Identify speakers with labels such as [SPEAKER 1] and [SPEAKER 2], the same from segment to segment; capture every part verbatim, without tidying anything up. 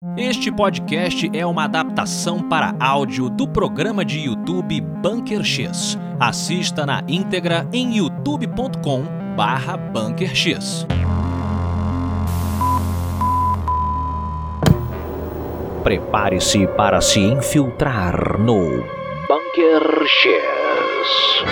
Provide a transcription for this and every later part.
[SPEAKER 1] Este podcast é uma adaptação para áudio do programa de YouTube Bunker X. Assista na íntegra em youtube ponto com barra bunker x. Prepare-se para se infiltrar no Bunker X.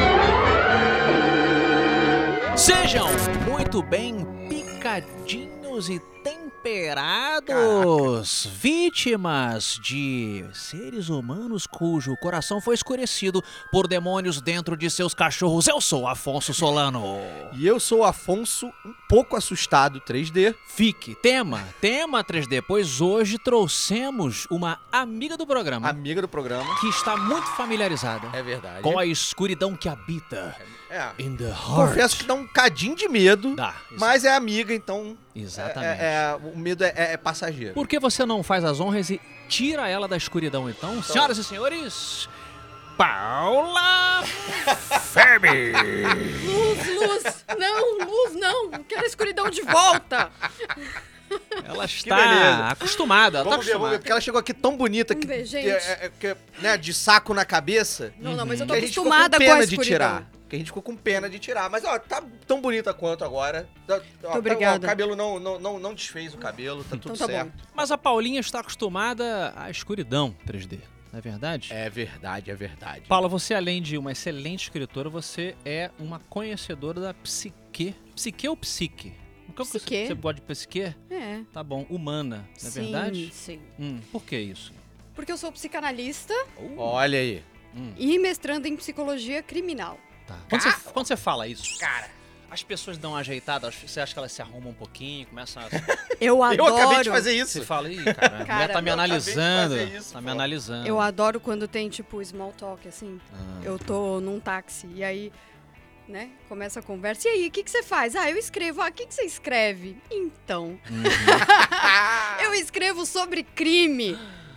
[SPEAKER 1] Sejam muito bem picadinhos e temperados, Caraca. vítimas de seres humanos cujo coração foi escurecido por demônios dentro de seus cachorros. Eu sou Afonso Solano.
[SPEAKER 2] E eu sou Afonso, um pouco assustado, três D.
[SPEAKER 1] Fique, tema, tema três D, pois hoje trouxemos uma amiga do programa.
[SPEAKER 2] Amiga do programa.
[SPEAKER 1] Que está muito familiarizada.
[SPEAKER 2] É verdade.
[SPEAKER 1] Com a escuridão que habita
[SPEAKER 2] é.
[SPEAKER 1] in the heart.
[SPEAKER 2] Confesso que dá um cadinho de medo,
[SPEAKER 1] dá,
[SPEAKER 2] mas é amiga, então...
[SPEAKER 1] Exatamente.
[SPEAKER 2] É, é, o medo é, é, é passageiro.
[SPEAKER 1] Por que você não faz as honras e tira ela da escuridão, então? então... Senhoras e senhores, Paula Febe!
[SPEAKER 3] Luz, luz! Não, luz não! Quero a escuridão de volta!
[SPEAKER 1] Ela está acostumada, ela
[SPEAKER 2] vamos
[SPEAKER 1] tá
[SPEAKER 2] ver, vamos ver, porque ela chegou aqui tão bonita que,
[SPEAKER 3] ver, gente.
[SPEAKER 2] que, é, que né, de saco na cabeça.
[SPEAKER 3] Não, não, mas eu tô
[SPEAKER 2] que a gente ficou
[SPEAKER 3] acostumada
[SPEAKER 2] com
[SPEAKER 3] com,
[SPEAKER 2] pena
[SPEAKER 3] a
[SPEAKER 2] de
[SPEAKER 3] escuridão.
[SPEAKER 2] tirar. Que a gente ficou com pena de tirar. Mas, ó, tá tão bonita quanto agora. Tá, ó, tá,
[SPEAKER 3] obrigada.
[SPEAKER 2] ó, o cabelo não, não, não, não desfez o cabelo, tá tudo
[SPEAKER 3] então tá
[SPEAKER 2] certo.
[SPEAKER 3] Bom.
[SPEAKER 1] Mas a Paulinha está acostumada à escuridão três D, não é verdade?
[SPEAKER 2] É verdade, é verdade.
[SPEAKER 1] Paula, você além de uma excelente escritora, você é uma conhecedora da psique. Psique ou psique?
[SPEAKER 3] Psique.
[SPEAKER 1] Você gosta de psique?
[SPEAKER 3] É.
[SPEAKER 1] Tá bom. Humana, não é
[SPEAKER 3] sim,
[SPEAKER 1] verdade?
[SPEAKER 3] Sim,
[SPEAKER 1] hum, Por que isso?
[SPEAKER 3] Porque eu sou psicanalista.
[SPEAKER 2] Uh. Olha aí.
[SPEAKER 3] Hum. E mestrando em psicologia criminal.
[SPEAKER 1] Tá. Quando, você, quando você fala isso, cara, as pessoas dão uma ajeitada, você acha que elas se arrumam um pouquinho, começam a...
[SPEAKER 3] Eu adoro.
[SPEAKER 2] Eu acabei de fazer isso.
[SPEAKER 1] Você fala, ih, cara, a
[SPEAKER 3] cara,
[SPEAKER 1] mulher tá me analisando.
[SPEAKER 2] Isso,
[SPEAKER 1] tá
[SPEAKER 2] pô.
[SPEAKER 1] me analisando.
[SPEAKER 3] Eu adoro quando tem, tipo, small talk, assim. Ah. Eu tô num táxi e aí... né? Começa a conversa. E aí, o que, que você faz? Ah, eu escrevo. Ah, o que, que você escreve? Então. Uhum. Eu escrevo sobre crime.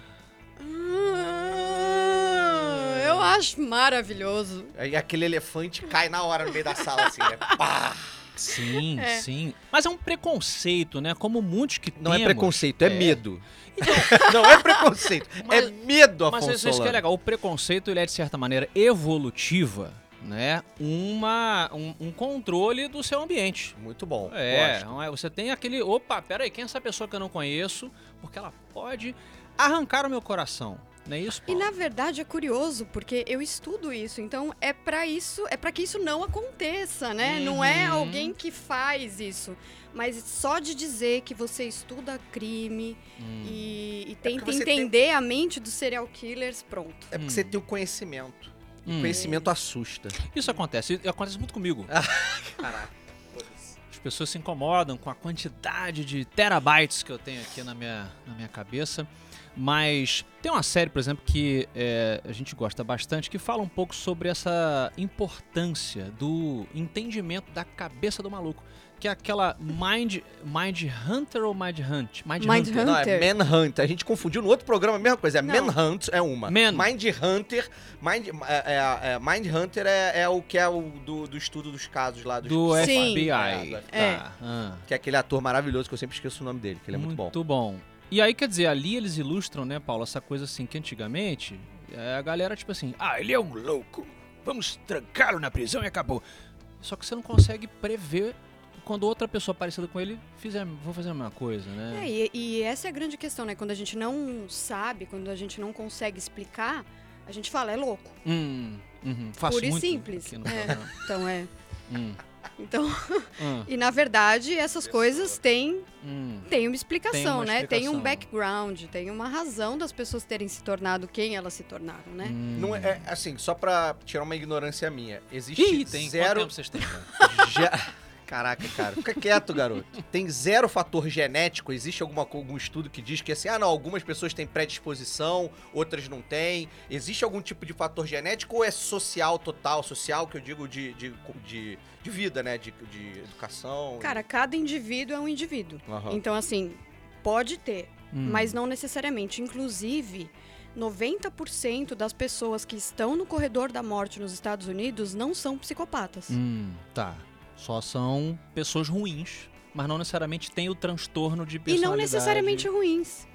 [SPEAKER 3] Ah, eu acho maravilhoso.
[SPEAKER 2] E aquele elefante cai na hora no meio da sala, assim, né? Pá!
[SPEAKER 1] Sim, é. sim. Mas é um preconceito, né? Como muitos que
[SPEAKER 2] Não
[SPEAKER 1] temos.
[SPEAKER 2] é preconceito, é, é medo.
[SPEAKER 1] Então,
[SPEAKER 2] não é preconceito,
[SPEAKER 1] mas,
[SPEAKER 2] é medo, Afonso.
[SPEAKER 1] Mas isso que é legal. O preconceito, ele é, de certa maneira, evolutiva. Né? Uma, um, um controle do seu ambiente.
[SPEAKER 2] Muito bom.
[SPEAKER 1] É, não é, você tem aquele, opa, pera aí, quem é essa pessoa que eu não conheço? Porque ela pode arrancar o meu coração. Não é isso, Paulo?
[SPEAKER 3] E na verdade é curioso, porque eu estudo isso, então é pra isso, é para que isso não aconteça, né? Uhum. Não é alguém que faz isso, mas só de dizer que você estuda crime hum. e, e tenta é entender tem... a mente dos serial killers, pronto.
[SPEAKER 2] É porque
[SPEAKER 1] hum.
[SPEAKER 2] você tem o conhecimento. O
[SPEAKER 1] hum.
[SPEAKER 2] conhecimento assusta.
[SPEAKER 1] Isso acontece, acontece muito comigo.
[SPEAKER 2] Caraca.
[SPEAKER 1] As pessoas se incomodam com a quantidade de terabytes que eu tenho aqui na minha, na minha cabeça. Mas tem uma série, por exemplo, que é, a gente gosta bastante, que fala um pouco sobre essa importância do entendimento da cabeça do maluco. Que é aquela Mind, Mind Hunter ou Mind Hunt?
[SPEAKER 3] Mind, Mind Hunter.
[SPEAKER 2] Não, é Manhunt. A gente confundiu no outro programa a mesma coisa. É Manhunt é uma.
[SPEAKER 1] Man.
[SPEAKER 2] Mind Hunter. Mind, é, é, é, Mind Hunter é, é o que é o do, do estudo dos casos lá dos
[SPEAKER 1] do F B I.
[SPEAKER 2] É, do F B I.
[SPEAKER 3] É.
[SPEAKER 1] Ah.
[SPEAKER 2] Que é aquele ator maravilhoso que eu sempre esqueço o nome dele, que ele é muito,
[SPEAKER 1] muito
[SPEAKER 2] bom.
[SPEAKER 1] Muito bom. E aí, quer dizer, ali eles ilustram, né, Paulo, essa coisa assim que antigamente é, a galera, tipo assim, ah, ele é um louco, vamos trancá-lo na prisão e acabou. Só que você não consegue prever quando outra pessoa parecida com ele fizer, vou fazer a mesma coisa, né?
[SPEAKER 3] É, e, e essa é a grande questão, né? Quando a gente não sabe, quando a gente não consegue explicar, a gente fala, é louco.
[SPEAKER 1] Hum, uhum. Faço
[SPEAKER 3] Puro e
[SPEAKER 1] muito
[SPEAKER 3] simples.
[SPEAKER 1] No
[SPEAKER 3] é, então é.
[SPEAKER 1] Hum.
[SPEAKER 3] Então,
[SPEAKER 1] hum.
[SPEAKER 3] e na verdade essas coisas têm,
[SPEAKER 1] hum.
[SPEAKER 3] têm uma explicação,
[SPEAKER 1] tem uma
[SPEAKER 3] né?
[SPEAKER 1] explicação.
[SPEAKER 3] Tem um background, tem uma razão das pessoas terem se tornado quem elas se tornaram, né?
[SPEAKER 1] Hum.
[SPEAKER 2] Não é, é assim, só pra tirar uma ignorância minha, existe
[SPEAKER 1] Ih, tem.
[SPEAKER 2] zero...
[SPEAKER 1] Quanto tempo vocês têm?
[SPEAKER 2] Já... Caraca, cara, fica quieto, garoto. Tem zero fator genético? Existe alguma, algum estudo que diz que assim, ah não, algumas pessoas têm predisposição, outras não têm? Existe algum tipo de fator genético ou é social total? Social que eu digo de, de, de, de vida, né? De, de educação?
[SPEAKER 3] Cara, cada indivíduo é um indivíduo.
[SPEAKER 2] Uhum.
[SPEAKER 3] Então, assim, pode ter,
[SPEAKER 1] hum.
[SPEAKER 3] mas não necessariamente. Inclusive, noventa por cento das pessoas que estão no corredor da morte nos Estados Unidos não são psicopatas.
[SPEAKER 1] Hum, tá. Só são pessoas ruins, mas não necessariamente têm o transtorno de
[SPEAKER 3] E
[SPEAKER 1] personalidade.
[SPEAKER 3] não necessariamente ruins.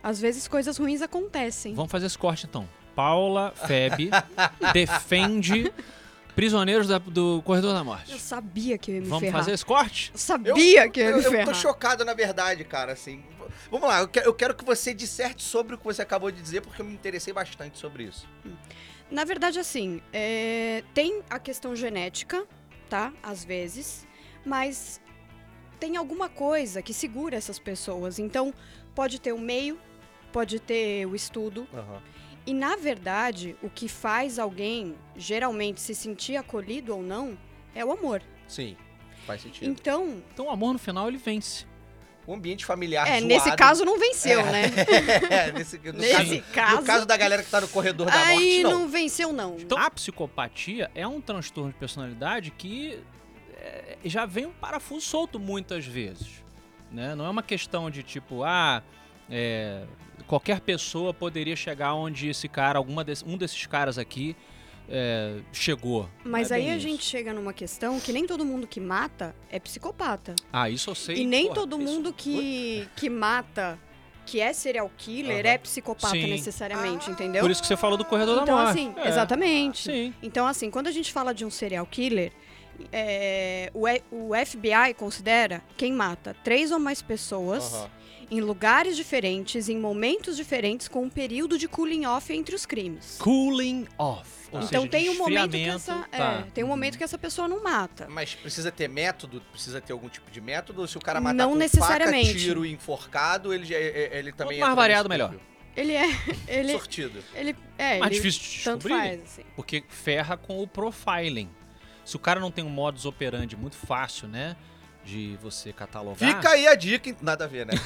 [SPEAKER 3] Às vezes coisas ruins acontecem.
[SPEAKER 1] Vamos fazer esse corte então. Paula Feb defende prisioneiros da- do Corredor da Morte.
[SPEAKER 3] Eu sabia que eu ia me
[SPEAKER 1] Vamos
[SPEAKER 3] ferrar.
[SPEAKER 1] fazer esse corte?
[SPEAKER 3] Eu sabia que eu ia
[SPEAKER 2] eu,
[SPEAKER 3] me
[SPEAKER 2] eu
[SPEAKER 3] ferrar.
[SPEAKER 2] tô chocado, na verdade, cara, assim. Vamos lá, eu quero, eu quero que você disserte sobre o que você acabou de dizer, porque eu me interessei bastante sobre isso.
[SPEAKER 3] Na verdade, assim, é, tem a questão genética, tá? Às vezes, mas tem alguma coisa que segura essas pessoas. Então, pode ter o meio, pode ter o estudo. E, na verdade, o que faz alguém, geralmente, se sentir acolhido ou não, é o amor.
[SPEAKER 2] Sim, faz sentido.
[SPEAKER 3] Então,
[SPEAKER 1] Então o amor no final ele vence.
[SPEAKER 2] O ambiente familiar
[SPEAKER 3] é,
[SPEAKER 2] zoado.
[SPEAKER 3] nesse caso não venceu,
[SPEAKER 2] É.
[SPEAKER 3] né?
[SPEAKER 2] É, nesse, no,
[SPEAKER 3] Nesse
[SPEAKER 2] caso,
[SPEAKER 3] caso,
[SPEAKER 2] no caso da galera que tá no corredor da
[SPEAKER 3] aí
[SPEAKER 2] morte, não.
[SPEAKER 3] não venceu, não.
[SPEAKER 1] Então a psicopatia é um transtorno de personalidade que é, já vem um parafuso solto muitas vezes. Né? Não é uma questão de tipo, ah, é, qualquer pessoa poderia chegar onde esse cara, alguma desse, um desses caras aqui é, chegou. Não
[SPEAKER 3] Mas
[SPEAKER 1] é
[SPEAKER 3] aí
[SPEAKER 1] bem
[SPEAKER 3] a
[SPEAKER 1] isso.
[SPEAKER 3] gente chega numa questão que nem todo mundo que mata é psicopata.
[SPEAKER 1] Ah, isso eu sei.
[SPEAKER 3] E nem
[SPEAKER 1] porra,
[SPEAKER 3] todo
[SPEAKER 1] isso-
[SPEAKER 3] mundo que, que mata, que é serial killer,
[SPEAKER 2] Aham.
[SPEAKER 3] é psicopata
[SPEAKER 1] Sim.
[SPEAKER 3] necessariamente,
[SPEAKER 2] Ah,
[SPEAKER 3] entendeu?
[SPEAKER 1] Por isso que você falou do Corredor
[SPEAKER 3] Então,
[SPEAKER 1] da Morte.
[SPEAKER 3] assim,
[SPEAKER 1] É,
[SPEAKER 3] exatamente.
[SPEAKER 1] Sim.
[SPEAKER 3] Então, assim, quando a gente fala de um serial killer, é, o, E- o F B I considera quem mata três ou mais pessoas
[SPEAKER 2] Aham.
[SPEAKER 3] em lugares diferentes, em momentos diferentes, com um período de cooling off entre os crimes.
[SPEAKER 1] Cooling off. Ou
[SPEAKER 3] Então
[SPEAKER 1] seja,
[SPEAKER 3] tem um momento que
[SPEAKER 1] esfriamento,
[SPEAKER 3] essa,
[SPEAKER 1] tá.
[SPEAKER 3] é, tem um momento que essa pessoa não mata.
[SPEAKER 2] Mas precisa ter método? Precisa ter algum tipo de método? Ou se o cara matar
[SPEAKER 3] Não
[SPEAKER 2] com
[SPEAKER 3] necessariamente.
[SPEAKER 2] faca, tiro e enforcado, ele, já- ele, ele também
[SPEAKER 1] Quanto mais
[SPEAKER 2] entra
[SPEAKER 1] variado,
[SPEAKER 2] nesse
[SPEAKER 1] melhor.
[SPEAKER 2] perfil?
[SPEAKER 3] Ele é, ele,
[SPEAKER 2] Sortido.
[SPEAKER 3] ele é,
[SPEAKER 1] Mais
[SPEAKER 3] ele
[SPEAKER 1] difícil de
[SPEAKER 3] tanto
[SPEAKER 1] descobrir,
[SPEAKER 3] faz, assim.
[SPEAKER 1] porque ferra com o profiling. Se o cara não tem um modus operandi muito fácil, né, de você catalogar...
[SPEAKER 2] Fica aí a dica, hein? Nada a ver, né?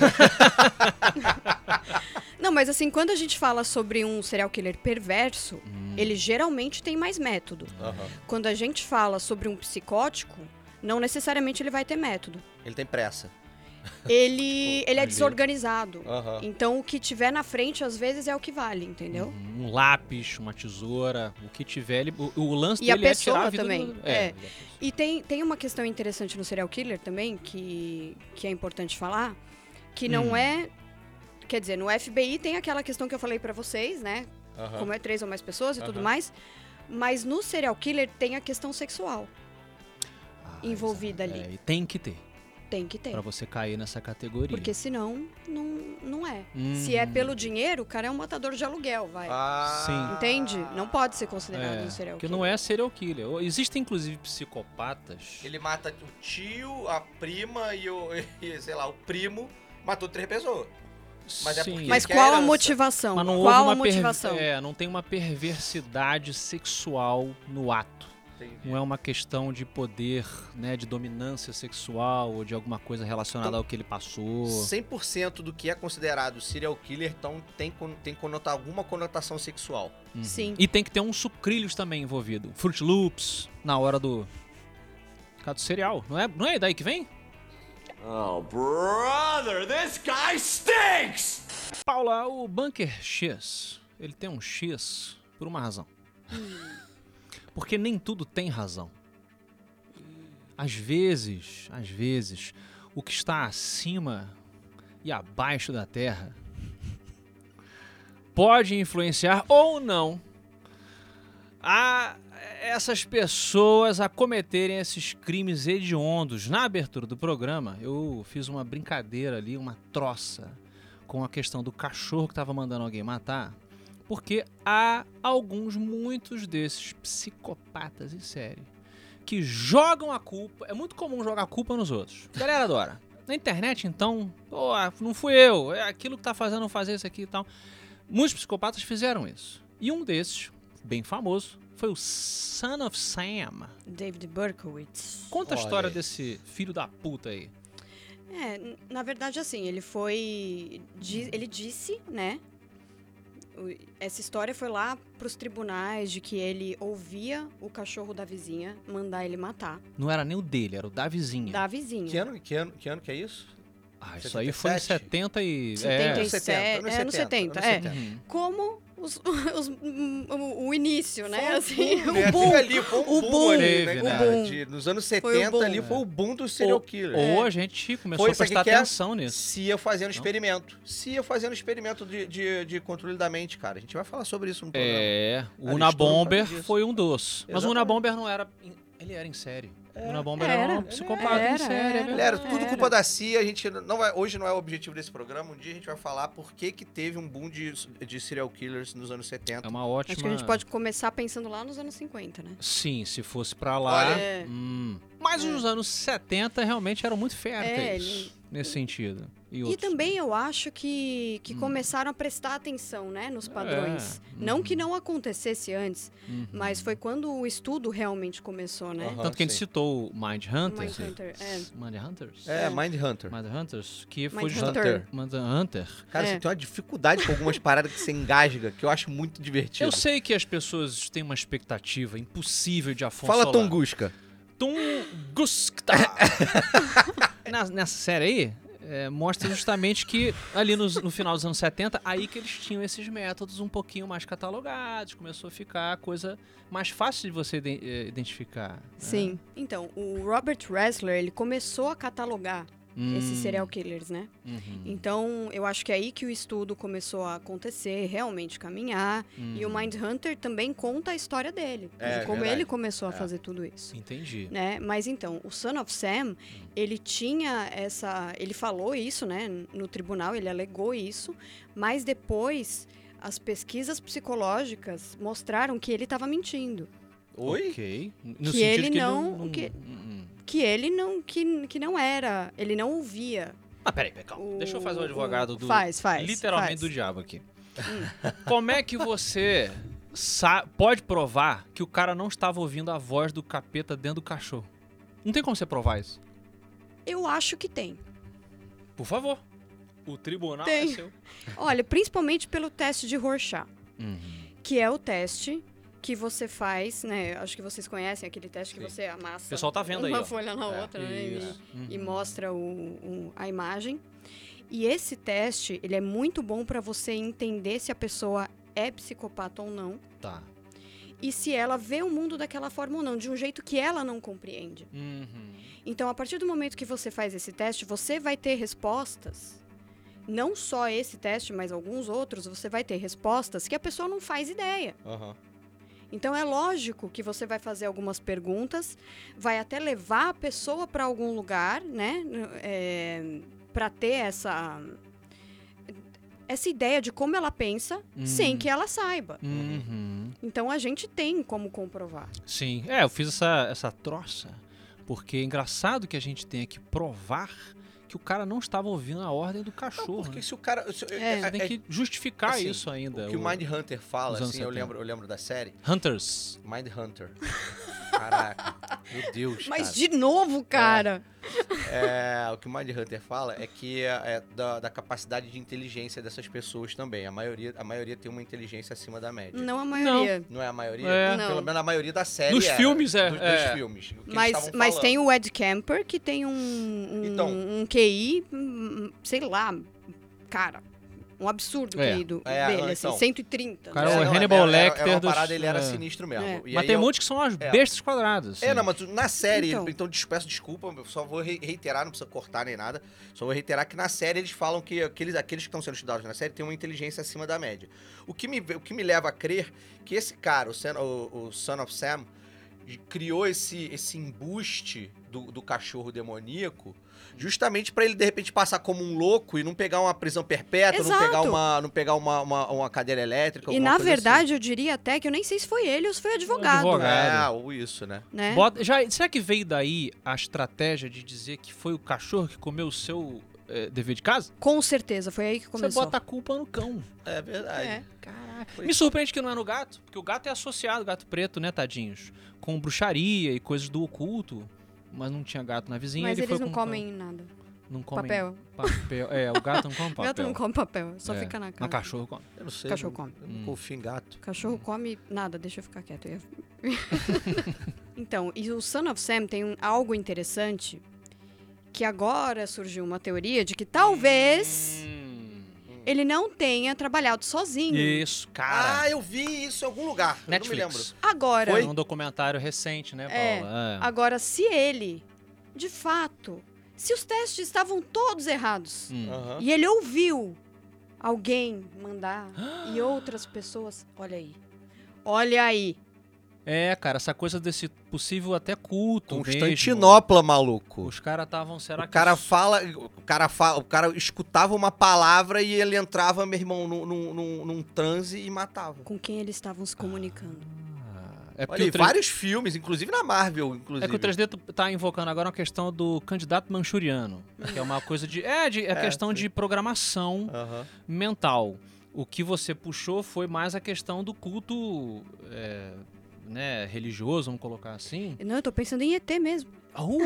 [SPEAKER 3] Não, mas assim, quando a gente fala sobre um serial killer perverso,
[SPEAKER 1] Hum.
[SPEAKER 3] ele geralmente tem mais método.
[SPEAKER 2] Aham.
[SPEAKER 3] Quando a gente fala sobre um psicótico, não necessariamente ele vai ter método.
[SPEAKER 2] Ele tem pressa.
[SPEAKER 3] Ele, ele é
[SPEAKER 1] ali.
[SPEAKER 3] desorganizado.
[SPEAKER 2] Aham.
[SPEAKER 3] Então, o que tiver na frente, às vezes, é o que vale, entendeu?
[SPEAKER 1] Um lápis, uma tesoura, o que tiver, ele, o, o lance
[SPEAKER 3] E a
[SPEAKER 1] dele é
[SPEAKER 3] pessoa
[SPEAKER 1] tirar a vida
[SPEAKER 3] também,
[SPEAKER 1] do...
[SPEAKER 3] é. E tem, tem uma questão interessante no serial killer também, que, que é importante falar, que não
[SPEAKER 1] Hum.
[SPEAKER 3] é... Quer dizer, no F B I tem aquela questão que eu falei pra vocês, né?
[SPEAKER 2] Aham.
[SPEAKER 3] Como é três ou mais pessoas e tudo
[SPEAKER 2] Aham.
[SPEAKER 3] mais. Mas no serial killer tem a questão sexual.
[SPEAKER 1] Ah,
[SPEAKER 3] envolvida
[SPEAKER 1] exato.
[SPEAKER 3] ali.
[SPEAKER 1] É, e tem que ter,
[SPEAKER 3] Tem que ter.
[SPEAKER 1] pra você cair nessa categoria.
[SPEAKER 3] Porque senão, não, não é.
[SPEAKER 1] Hum.
[SPEAKER 3] Se é pelo dinheiro, o cara é um matador de aluguel, vai.
[SPEAKER 2] Ah.
[SPEAKER 1] Sim.
[SPEAKER 3] Entende? Não pode ser considerado
[SPEAKER 1] É,
[SPEAKER 3] um serial
[SPEAKER 1] porque
[SPEAKER 3] killer.
[SPEAKER 1] não é serial killer. Existem, inclusive, psicopatas...
[SPEAKER 2] Ele mata o tio, a prima e o, e, sei lá, o primo. Matou três pessoas. Mas é
[SPEAKER 1] Sim.
[SPEAKER 2] porque-
[SPEAKER 3] Mas
[SPEAKER 2] que
[SPEAKER 3] qual a
[SPEAKER 2] herança.
[SPEAKER 3] motivação?
[SPEAKER 1] Mas não
[SPEAKER 3] Qual
[SPEAKER 1] houve
[SPEAKER 3] a
[SPEAKER 1] uma per-
[SPEAKER 3] motivação?
[SPEAKER 1] É, não tem uma perversidade sexual no ato.
[SPEAKER 2] Entendi.
[SPEAKER 1] Não é uma questão de poder, né, de dominância sexual ou de alguma coisa relacionada
[SPEAKER 2] Então,
[SPEAKER 1] ao que ele passou.
[SPEAKER 2] cem por cento do que é considerado serial killer então, tem, con- tem conota, alguma conotação sexual.
[SPEAKER 1] Uhum.
[SPEAKER 3] Sim.
[SPEAKER 1] E tem que ter uns sucrilhos também envolvido. Fruit Loops, na hora do... Cara, do cereal. Não é, não é daí que vem?
[SPEAKER 4] Oh, brother, this guy stinks!
[SPEAKER 1] Paula, o Bunker X, ele tem um X por uma razão. Porque nem tudo tem razão. Às vezes, às vezes, o que está acima e abaixo da Terra pode influenciar ou não a essas pessoas a cometerem esses crimes hediondos. Na abertura do programa, eu fiz uma brincadeira ali, uma troça com a questão do cachorro que estava mandando alguém matar, porque há alguns, muitos desses psicopatas em série que jogam a culpa. É muito comum jogar a culpa nos outros. A galera adora. Na internet, então, pô, não fui eu, é aquilo que tá fazendo fazer isso aqui e tal. Muitos psicopatas fizeram isso. E um desses, bem famoso, foi o Son of Sam.
[SPEAKER 3] David Berkowitz.
[SPEAKER 1] Conta a
[SPEAKER 2] Olha
[SPEAKER 1] história
[SPEAKER 2] aí.
[SPEAKER 1] desse filho da puta aí.
[SPEAKER 3] É, n- na verdade, assim, ele foi... di- Ele disse, né? o- Essa história foi lá pros tribunais de que ele ouvia o cachorro da vizinha mandar ele matar.
[SPEAKER 1] Não era nem o dele, era o da vizinha.
[SPEAKER 3] Da vizinha.
[SPEAKER 2] Que ano, que ano, que ano que é isso?
[SPEAKER 1] Ah, isso aí foi em
[SPEAKER 2] setenta e sete?
[SPEAKER 1] setenta e...
[SPEAKER 3] setenta e
[SPEAKER 1] É.
[SPEAKER 3] sete,
[SPEAKER 2] anos
[SPEAKER 3] é, anos setenta, é.
[SPEAKER 1] Uhum.
[SPEAKER 3] Como os, os, o, o início, né?
[SPEAKER 2] Foi
[SPEAKER 3] Assim,
[SPEAKER 2] boom,
[SPEAKER 3] o
[SPEAKER 2] né?
[SPEAKER 3] boom.
[SPEAKER 2] Teve ali, foi um
[SPEAKER 3] o
[SPEAKER 2] boom,
[SPEAKER 3] boom,
[SPEAKER 2] ali, né,
[SPEAKER 1] teve,
[SPEAKER 2] cara?
[SPEAKER 3] né?
[SPEAKER 2] De- nos anos
[SPEAKER 3] Foi o
[SPEAKER 2] setenta
[SPEAKER 3] boom.
[SPEAKER 2] ali foi o boom do serial
[SPEAKER 1] Ou,
[SPEAKER 2] killer.
[SPEAKER 1] ou
[SPEAKER 3] É.
[SPEAKER 1] a gente começou
[SPEAKER 2] Foi,
[SPEAKER 1] a
[SPEAKER 2] sabe
[SPEAKER 1] prestar
[SPEAKER 2] o que que é?
[SPEAKER 1] atenção nisso.
[SPEAKER 2] Cia fazendo experimento. Cia fazendo experimento de, de, de controle da mente, cara. A gente vai falar sobre isso no programa.
[SPEAKER 1] É, o
[SPEAKER 2] Aristotle
[SPEAKER 1] Unabomber
[SPEAKER 2] faz disso.
[SPEAKER 1] foi um dos. Mas o
[SPEAKER 2] Exatamente.
[SPEAKER 1] Unabomber não era... em- Ele era em série. O Unabomber era,
[SPEAKER 3] Era.
[SPEAKER 1] um psicopata
[SPEAKER 3] Era,
[SPEAKER 1] em série, é
[SPEAKER 3] era.
[SPEAKER 1] verdade.
[SPEAKER 2] Galera, tudo
[SPEAKER 3] Era.
[SPEAKER 2] culpa da Cia. A gente não vai, hoje não é o objetivo desse programa. Um dia a gente vai falar por que, que teve um boom de, de serial killers nos anos setenta.
[SPEAKER 1] É uma ótima...
[SPEAKER 3] Acho que a gente pode começar pensando lá nos anos cinquenta, né?
[SPEAKER 1] Sim, se fosse pra lá...
[SPEAKER 2] Olha-
[SPEAKER 3] É.
[SPEAKER 1] hum. Mas
[SPEAKER 3] É.
[SPEAKER 1] os anos setenta realmente eram muito férteis
[SPEAKER 3] É, ele-
[SPEAKER 1] nesse sentido. E,
[SPEAKER 3] E
[SPEAKER 1] outros.
[SPEAKER 3] também eu acho que, que
[SPEAKER 1] Hum.
[SPEAKER 3] começaram a prestar atenção, né, nos padrões.
[SPEAKER 1] É,
[SPEAKER 3] Não
[SPEAKER 1] uhum.
[SPEAKER 3] que não acontecesse antes,
[SPEAKER 1] Uhum.
[SPEAKER 3] mas foi quando o estudo realmente começou, né?
[SPEAKER 2] Aham.
[SPEAKER 1] Tanto que a gente
[SPEAKER 2] sim.
[SPEAKER 1] citou o Mind Hunters.
[SPEAKER 3] Mindhunter, é.
[SPEAKER 1] Mind Hunters?
[SPEAKER 2] É,
[SPEAKER 3] É.
[SPEAKER 2] Mind Hunter.
[SPEAKER 1] Mind Hunters, que foi
[SPEAKER 3] Mindhunter.
[SPEAKER 1] justamente... Mind Hunter.
[SPEAKER 2] Cara,
[SPEAKER 3] É.
[SPEAKER 2] você tem uma dificuldade com algumas paradas que você engasga, que eu acho muito divertido.
[SPEAKER 1] Eu sei que as pessoas têm uma expectativa impossível de Afonso
[SPEAKER 2] Fala
[SPEAKER 1] Solano.
[SPEAKER 2] Tunguska.
[SPEAKER 1] Tunguska. Na- Nessa série aí, é, mostra justamente que ali nos- no final dos anos setenta, aí que eles tinham esses métodos um pouquinho mais catalogados, começou a ficar a coisa mais fácil de você iden- eh, identificar. né?
[SPEAKER 3] Sim. Então, o Robert Ressler, ele começou a catalogar
[SPEAKER 1] Hum,
[SPEAKER 3] esses serial killers, né?
[SPEAKER 1] uhum,
[SPEAKER 3] Então, eu acho que é aí que o estudo começou a acontecer, realmente caminhar. E o
[SPEAKER 1] uhum.
[SPEAKER 3] Mindhunter também conta a história dele,
[SPEAKER 2] É,
[SPEAKER 3] de como
[SPEAKER 2] verdade.
[SPEAKER 3] ele começou a
[SPEAKER 2] É.
[SPEAKER 3] fazer tudo isso.
[SPEAKER 1] Entendi.
[SPEAKER 3] Né? Mas então, o Son of Sam, ele tinha essa... Ele falou isso, né? No tribunal, ele alegou isso. Mas depois, as pesquisas psicológicas mostraram que ele estava mentindo.
[SPEAKER 2] Oi?
[SPEAKER 1] Ok. No
[SPEAKER 3] Que
[SPEAKER 1] sentido
[SPEAKER 3] ele
[SPEAKER 1] que
[SPEAKER 3] não-
[SPEAKER 1] não...
[SPEAKER 3] que-
[SPEAKER 1] Hum, hum.
[SPEAKER 3] Que ele não... Que, que não era... Ele não ouvia.
[SPEAKER 1] Ah, peraí, peraí, calma.
[SPEAKER 3] o-
[SPEAKER 1] Deixa eu fazer o advogado do...
[SPEAKER 3] Faz, faz.
[SPEAKER 1] Literalmente
[SPEAKER 3] faz.
[SPEAKER 1] do diabo aqui. Como é que você sa- pode provar que o cara não estava ouvindo a voz do capeta dentro do cachorro? Não tem como você provar isso.
[SPEAKER 3] Eu acho que tem.
[SPEAKER 1] Por favor. O tribunal
[SPEAKER 3] Tem.
[SPEAKER 1] é seu.
[SPEAKER 3] Olha, principalmente pelo teste de Rorschach,
[SPEAKER 1] Uhum.
[SPEAKER 3] que é o teste que você faz, né? Acho que vocês conhecem aquele teste que
[SPEAKER 1] Sim.
[SPEAKER 3] você amassa
[SPEAKER 1] O pessoal tá vendo aí,
[SPEAKER 3] uma
[SPEAKER 1] ó.
[SPEAKER 3] folha na
[SPEAKER 2] É,
[SPEAKER 3] outra, né? E-
[SPEAKER 1] Isso.
[SPEAKER 3] E,
[SPEAKER 1] Uhum.
[SPEAKER 3] mostra o, o- a imagem. E esse teste, ele é muito bom para você entender se a pessoa é psicopata ou não.
[SPEAKER 1] Tá.
[SPEAKER 3] E se ela vê o mundo daquela forma ou não, de um jeito que ela não compreende.
[SPEAKER 1] Uhum.
[SPEAKER 3] Então, a partir do momento que você faz esse teste, você vai ter respostas. Não só esse teste, mas alguns outros, você vai ter respostas que a pessoa não faz ideia.
[SPEAKER 2] Aham.
[SPEAKER 3] Então, é lógico que você vai fazer algumas perguntas, vai até levar a pessoa para algum lugar, né? É, para ter essa, essa ideia de como ela pensa,
[SPEAKER 1] Hum.
[SPEAKER 3] sem que ela saiba.
[SPEAKER 1] Uhum.
[SPEAKER 3] Então, a gente tem como comprovar.
[SPEAKER 1] Sim. É, eu fiz essa, essa troça, porque é engraçado que a gente tenha que provar que o cara não estava ouvindo a ordem do
[SPEAKER 2] Não,
[SPEAKER 1] cachorro.
[SPEAKER 2] porque
[SPEAKER 1] né?
[SPEAKER 2] se o cara... se-
[SPEAKER 3] É.
[SPEAKER 1] Você tem
[SPEAKER 2] é-
[SPEAKER 1] que justificar
[SPEAKER 2] assim,
[SPEAKER 1] isso ainda.
[SPEAKER 2] O que o Mind Hunter fala,
[SPEAKER 1] os anos
[SPEAKER 2] assim, eu
[SPEAKER 1] setenta.
[SPEAKER 2] lembro, eu lembro da série.
[SPEAKER 1] Hunters.
[SPEAKER 2] Mind Hunter. Caraca. Meu Deus,
[SPEAKER 3] Mas,
[SPEAKER 2] cara.
[SPEAKER 3] de novo, cara!
[SPEAKER 2] É, o que o Mind Hunter fala é que é, é da, da capacidade de inteligência dessas pessoas também. A maioria, a maioria tem uma inteligência acima da média.
[SPEAKER 3] Não a maioria.
[SPEAKER 2] Não é a maioria?
[SPEAKER 1] É.
[SPEAKER 3] Não.
[SPEAKER 2] Pelo menos a maioria da série
[SPEAKER 1] Nos
[SPEAKER 2] era.
[SPEAKER 1] filmes, é,
[SPEAKER 2] Dos,
[SPEAKER 1] é.
[SPEAKER 2] dos filmes. o que eles
[SPEAKER 3] Mas,
[SPEAKER 2] estavam
[SPEAKER 3] mas
[SPEAKER 2] falando.
[SPEAKER 3] tem o Ed Kemper, que tem um, um,
[SPEAKER 2] Então.
[SPEAKER 3] um Q I, hum, sei lá, cara, um absurdo
[SPEAKER 1] É.
[SPEAKER 3] Q I do,
[SPEAKER 2] É,
[SPEAKER 3] dele,
[SPEAKER 2] não,
[SPEAKER 3] assim,
[SPEAKER 2] então.
[SPEAKER 3] cento e trinta.
[SPEAKER 1] Cara,
[SPEAKER 3] né?
[SPEAKER 1] o
[SPEAKER 2] não,
[SPEAKER 1] Hannibal
[SPEAKER 2] era- era-
[SPEAKER 1] Lecter
[SPEAKER 2] Era uma
[SPEAKER 1] dos-
[SPEAKER 2] parada, ele era
[SPEAKER 1] é.
[SPEAKER 2] sinistro mesmo.
[SPEAKER 3] É.
[SPEAKER 2] E
[SPEAKER 1] Mas
[SPEAKER 2] aí
[SPEAKER 1] tem
[SPEAKER 2] eu-
[SPEAKER 1] muitos que são as
[SPEAKER 2] é.
[SPEAKER 1] bestas quadradas.
[SPEAKER 2] É,
[SPEAKER 1] assim.
[SPEAKER 2] não, mas na série, então,
[SPEAKER 3] Então.
[SPEAKER 2] então des- peço desculpa, eu só vou re- reiterar, não precisa cortar nem nada. Só vou reiterar que na série eles falam que aqueles, aqueles que estão sendo estudados na série têm uma inteligência acima da média. O que me, o que me leva a crer que esse cara, o Son, o, o Son of Sam, criou esse, esse embuste do, do cachorro demoníaco justamente pra ele, de repente, passar como um louco e não pegar uma prisão perpétua, não
[SPEAKER 3] Exato.
[SPEAKER 2] pegar, uma, não pegar uma, uma, uma cadeira elétrica,
[SPEAKER 3] E
[SPEAKER 2] alguma
[SPEAKER 3] na
[SPEAKER 2] coisa
[SPEAKER 3] verdade, eu diria até que eu nem sei se foi ele ou se foi advogado.
[SPEAKER 1] Advogado.
[SPEAKER 2] assim. É, ou isso, né?
[SPEAKER 3] Né?
[SPEAKER 1] Bota- já, será que veio daí a estratégia de dizer que foi o cachorro que comeu o seu eh, dever de casa?
[SPEAKER 3] Com certeza, foi aí que começou.
[SPEAKER 1] Você bota a culpa no cão.
[SPEAKER 2] É verdade.
[SPEAKER 3] É.
[SPEAKER 1] Caraca.
[SPEAKER 2] Pois
[SPEAKER 1] Me surpreende que não é no gato, porque o gato é associado, gato preto, né, tadinhos? Com bruxaria e coisas do oculto. Mas não tinha gato na vizinha.
[SPEAKER 3] Mas
[SPEAKER 1] ele
[SPEAKER 3] eles
[SPEAKER 1] foi
[SPEAKER 3] não
[SPEAKER 1] com
[SPEAKER 3] comem nada.
[SPEAKER 1] cão. Não comem
[SPEAKER 3] Papel.
[SPEAKER 1] papel. É, o gato não come
[SPEAKER 3] O
[SPEAKER 1] papel.
[SPEAKER 3] gato não come papel, só
[SPEAKER 1] É.
[SPEAKER 3] fica na cara.
[SPEAKER 1] Mas cachorro come.
[SPEAKER 2] Eu não sei.
[SPEAKER 3] Cachorro
[SPEAKER 2] eu,
[SPEAKER 3] come.
[SPEAKER 2] Eu não
[SPEAKER 1] Hum.
[SPEAKER 2] confio em gato.
[SPEAKER 3] Cachorro come nada, deixa eu ficar quieto. eu ia- Então, e o Son of Sam tem um- algo interessante, que agora surgiu uma teoria de que talvez
[SPEAKER 1] Hum.
[SPEAKER 3] ele não tenha trabalhado sozinho.
[SPEAKER 1] Isso, cara.
[SPEAKER 2] Ah, eu vi isso em algum lugar. Eu
[SPEAKER 1] Netflix.
[SPEAKER 2] não me lembro.
[SPEAKER 3] Agora,
[SPEAKER 1] Foi um documentário recente, né,
[SPEAKER 3] É.
[SPEAKER 1] Paula?
[SPEAKER 3] agora, se ele, de fato, se os testes estavam todos errados,
[SPEAKER 1] Hum.
[SPEAKER 2] Aham.
[SPEAKER 3] e ele ouviu alguém mandar e outras pessoas, olha aí, olha aí.
[SPEAKER 1] É, cara, essa coisa desse possível até culto
[SPEAKER 2] Constantinopla, maluco.
[SPEAKER 1] mesmo. Os caras estavam, será
[SPEAKER 2] O
[SPEAKER 1] que...
[SPEAKER 2] cara
[SPEAKER 1] os-
[SPEAKER 2] fala, o cara fala, o cara escutava uma palavra e ele entrava, meu irmão, num, num, num, num transe e matava.
[SPEAKER 3] Com quem eles estavam se comunicando.
[SPEAKER 1] Ah, é porque
[SPEAKER 2] Olha aí,
[SPEAKER 1] o três-
[SPEAKER 2] vários filmes, inclusive na Marvel, inclusive.
[SPEAKER 1] É que o três D tá invocando agora uma questão do candidato manchuriano, que é uma coisa de... É, de, é
[SPEAKER 2] É,
[SPEAKER 1] questão
[SPEAKER 2] sim.
[SPEAKER 1] de programação
[SPEAKER 2] Aham.
[SPEAKER 1] mental. O que você puxou foi mais a questão do culto é, né, religioso, vamos colocar assim.
[SPEAKER 3] Não, eu tô pensando em E T mesmo.
[SPEAKER 1] Uh!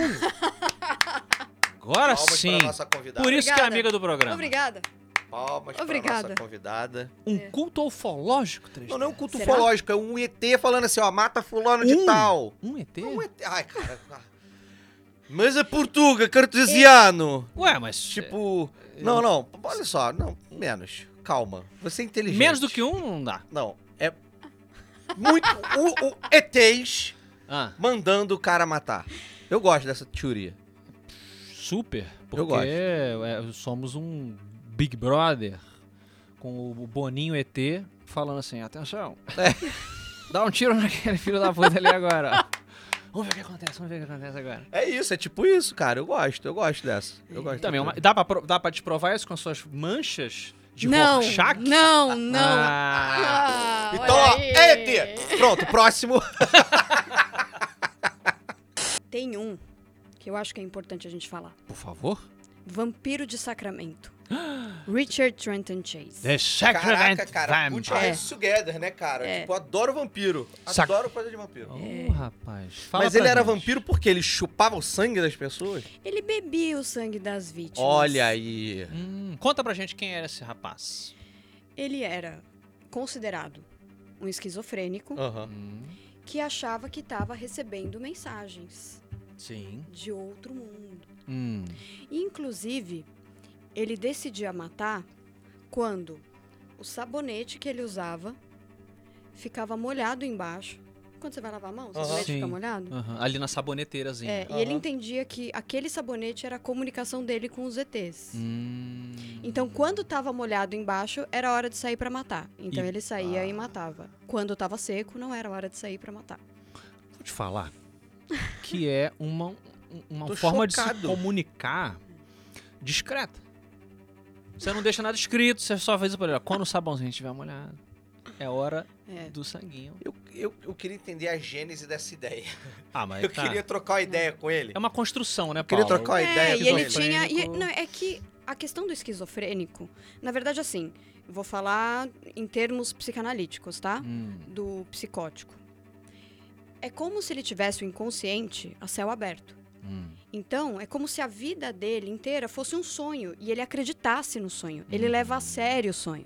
[SPEAKER 1] Agora
[SPEAKER 2] Palmas
[SPEAKER 1] sim.
[SPEAKER 2] pra nossa convidada.
[SPEAKER 1] Por isso que é
[SPEAKER 3] Obrigada.
[SPEAKER 1] amiga do programa.
[SPEAKER 3] Obrigada.
[SPEAKER 2] Palmas
[SPEAKER 3] Obrigada.
[SPEAKER 2] pra nossa convidada.
[SPEAKER 1] Um
[SPEAKER 3] É.
[SPEAKER 1] culto ufológico, três D.
[SPEAKER 2] Não, não é um culto
[SPEAKER 3] Será?
[SPEAKER 2] ufológico, é um E T falando assim, ó, mata fulano de
[SPEAKER 1] Um?
[SPEAKER 2] tal.
[SPEAKER 1] Um E T?
[SPEAKER 2] É um E T. Ai, cara. Mas é portuga, cartesiano.
[SPEAKER 1] Ué, mas...
[SPEAKER 2] Tipo, não, não, olha só, não, menos. Calma, você é inteligente.
[SPEAKER 1] Menos do que um não dá.
[SPEAKER 2] Não, é muito o, o E Tês
[SPEAKER 1] Ah,
[SPEAKER 2] mandando o cara matar. Eu gosto dessa teoria.
[SPEAKER 1] super. Porque
[SPEAKER 2] Eu gosto.
[SPEAKER 1] é, somos um Big Brother com o Boninho E T falando assim, atenção,
[SPEAKER 2] É.
[SPEAKER 1] dá um tiro naquele filho da puta ali agora. Vamos ver o que acontece, vamos ver o que acontece agora.
[SPEAKER 2] É isso, é tipo isso, cara. Eu gosto, eu gosto dessa. Eu gosto
[SPEAKER 1] Também,
[SPEAKER 2] dessa
[SPEAKER 1] uma, dá, pra, pro- dá pra te provar isso com as suas manchas de
[SPEAKER 3] não,
[SPEAKER 1] Rorschach?
[SPEAKER 3] não, não.
[SPEAKER 1] Ah,
[SPEAKER 3] Ah,
[SPEAKER 2] Então,
[SPEAKER 3] olha
[SPEAKER 2] ó,
[SPEAKER 3] aí.
[SPEAKER 2] é E T. Pronto, próximo.
[SPEAKER 3] Tem um que eu acho que é importante a gente falar.
[SPEAKER 1] por favor.
[SPEAKER 3] Vampiro de Sacramento. Richard Trenton Chase.
[SPEAKER 1] The Sacrament
[SPEAKER 2] Caraca, cara, Put
[SPEAKER 1] Vampire.
[SPEAKER 2] Hands Together, né, cara?
[SPEAKER 3] É.
[SPEAKER 2] Tipo, eu adoro vampiro.
[SPEAKER 1] Sac-
[SPEAKER 2] Adoro coisa de vampiro.
[SPEAKER 1] Oh, rapaz. Fala
[SPEAKER 2] Mas
[SPEAKER 1] pra
[SPEAKER 2] ele era
[SPEAKER 1] gente.
[SPEAKER 2] vampiro porque ele chupava o sangue das pessoas?
[SPEAKER 3] Ele bebia o sangue das vítimas.
[SPEAKER 2] Olha aí.
[SPEAKER 1] Hum, conta pra gente quem era esse rapaz.
[SPEAKER 3] Ele era considerado um esquizofrênico
[SPEAKER 2] Aham.
[SPEAKER 1] Hum,
[SPEAKER 3] que achava que estava recebendo mensagens
[SPEAKER 1] sim.
[SPEAKER 3] de outro mundo.
[SPEAKER 1] Hum.
[SPEAKER 3] Inclusive, ele decidia matar quando o sabonete que ele usava ficava molhado embaixo. Quando você vai lavar a mão, o
[SPEAKER 2] Aham.
[SPEAKER 3] sabonete
[SPEAKER 1] Sim.
[SPEAKER 3] fica molhado?
[SPEAKER 1] Aham, ali na saboneteirazinha.
[SPEAKER 3] É, e
[SPEAKER 2] Aham.
[SPEAKER 3] ele entendia que aquele sabonete era a comunicação dele com os E Tês.
[SPEAKER 1] Hum.
[SPEAKER 3] Então, quando estava molhado embaixo, era hora de sair para matar. Então,
[SPEAKER 1] E-
[SPEAKER 3] ele saía
[SPEAKER 1] Ah.
[SPEAKER 3] e matava. Quando estava seco, não era hora de sair para matar.
[SPEAKER 1] Vou te falar que é uma, uma
[SPEAKER 2] Tô
[SPEAKER 1] forma de se
[SPEAKER 2] chocado.
[SPEAKER 1] comunicar discreta. Você não deixa nada escrito, você só faz isso por ele. Quando o sabãozinho estiver molhado, é hora
[SPEAKER 3] É.
[SPEAKER 1] do sanguinho.
[SPEAKER 2] Eu, eu, eu queria entender a gênese dessa ideia.
[SPEAKER 1] Ah, mas
[SPEAKER 2] Eu
[SPEAKER 1] tá.
[SPEAKER 2] queria trocar uma ideia com ele.
[SPEAKER 1] É uma construção, né,
[SPEAKER 2] queria
[SPEAKER 1] Paulo?
[SPEAKER 2] trocar uma
[SPEAKER 3] É,
[SPEAKER 2] ideia
[SPEAKER 3] e
[SPEAKER 2] com
[SPEAKER 3] ele
[SPEAKER 2] ele.
[SPEAKER 3] tinha. e-
[SPEAKER 1] Esquizofrênico.
[SPEAKER 3] não, é que a questão do esquizofrênico, na verdade, assim, eu vou falar em termos psicanalíticos, tá?
[SPEAKER 1] Hum.
[SPEAKER 3] Do psicótico. É como se ele tivesse o inconsciente a céu aberto.
[SPEAKER 1] Hum.
[SPEAKER 3] Então, é como se a vida dele inteira fosse um sonho e ele acreditasse no sonho. Ele
[SPEAKER 1] Uhum.
[SPEAKER 3] leva a sério o sonho.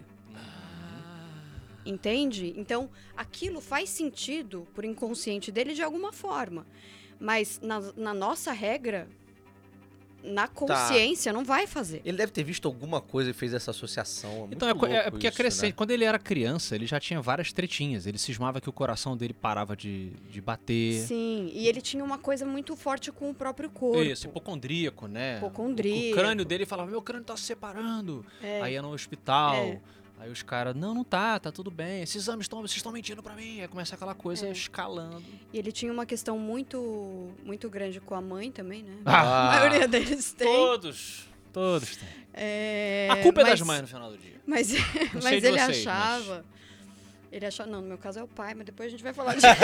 [SPEAKER 3] Entende? Então, aquilo faz sentido pro inconsciente dele de alguma forma. Mas na, na nossa regra, na consciência, não vai fazer.
[SPEAKER 2] Ele deve ter visto alguma coisa e fez essa associação. É
[SPEAKER 1] Então, é,
[SPEAKER 2] muito
[SPEAKER 1] co- é
[SPEAKER 2] louco
[SPEAKER 1] porque é
[SPEAKER 2] isso,
[SPEAKER 1] crescente.
[SPEAKER 2] né?
[SPEAKER 1] Quando ele era criança, ele já tinha várias tretinhas. Ele cismava que o coração dele parava de, de bater.
[SPEAKER 3] Sim, e ele tinha uma coisa muito forte com o próprio corpo.
[SPEAKER 1] Isso, hipocondríaco, né?
[SPEAKER 3] Hipocondríaco.
[SPEAKER 1] O, o crânio dele falava, meu crânio tá se separando.
[SPEAKER 3] É.
[SPEAKER 1] Aí ia no hospital.
[SPEAKER 3] É.
[SPEAKER 1] Aí os caras, não, não tá, tá tudo bem. Esses exames estão, vocês estão mentindo pra mim. Aí começa aquela coisa
[SPEAKER 3] É.
[SPEAKER 1] escalando.
[SPEAKER 3] E ele tinha uma questão muito, muito grande com a mãe também, né?
[SPEAKER 1] Ah,
[SPEAKER 3] A maioria deles tem.
[SPEAKER 1] Todos, todos têm.
[SPEAKER 3] É,
[SPEAKER 1] A culpa é
[SPEAKER 3] mas-
[SPEAKER 1] das mães no final do dia.
[SPEAKER 3] Mas,
[SPEAKER 1] Não
[SPEAKER 3] mas
[SPEAKER 1] sei de
[SPEAKER 3] ele
[SPEAKER 1] vocês,
[SPEAKER 3] achava. Ele achava. Não, no meu caso é o pai, mas depois a gente vai falar disso.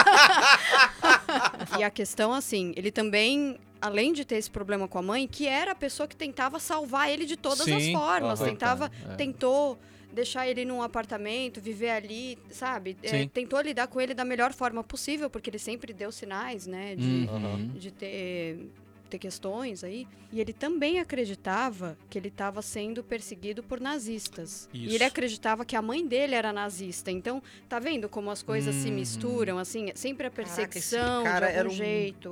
[SPEAKER 3] E a questão, assim, ele também, além de ter esse problema com a mãe, que era a pessoa que tentava salvar ele de todas as
[SPEAKER 1] Sim,
[SPEAKER 3] formas.
[SPEAKER 1] aham.
[SPEAKER 3] Tentava,
[SPEAKER 1] É.
[SPEAKER 3] tentou deixar ele num apartamento, viver ali, sabe? É,
[SPEAKER 1] Sim.
[SPEAKER 3] tentou lidar com ele da melhor forma possível, porque ele sempre deu sinais, né? De,
[SPEAKER 1] Uhum.
[SPEAKER 3] de ter, ter questões aí. E ele também acreditava que ele estava sendo perseguido por nazistas.
[SPEAKER 1] Isso.
[SPEAKER 3] E ele acreditava que a mãe dele era nazista. Então, tá vendo como as coisas se
[SPEAKER 1] Uhum.
[SPEAKER 3] misturam, assim? Sempre a
[SPEAKER 2] Caraca, esse
[SPEAKER 3] perseguição
[SPEAKER 2] cara
[SPEAKER 3] de algum
[SPEAKER 2] era um-
[SPEAKER 3] jeito.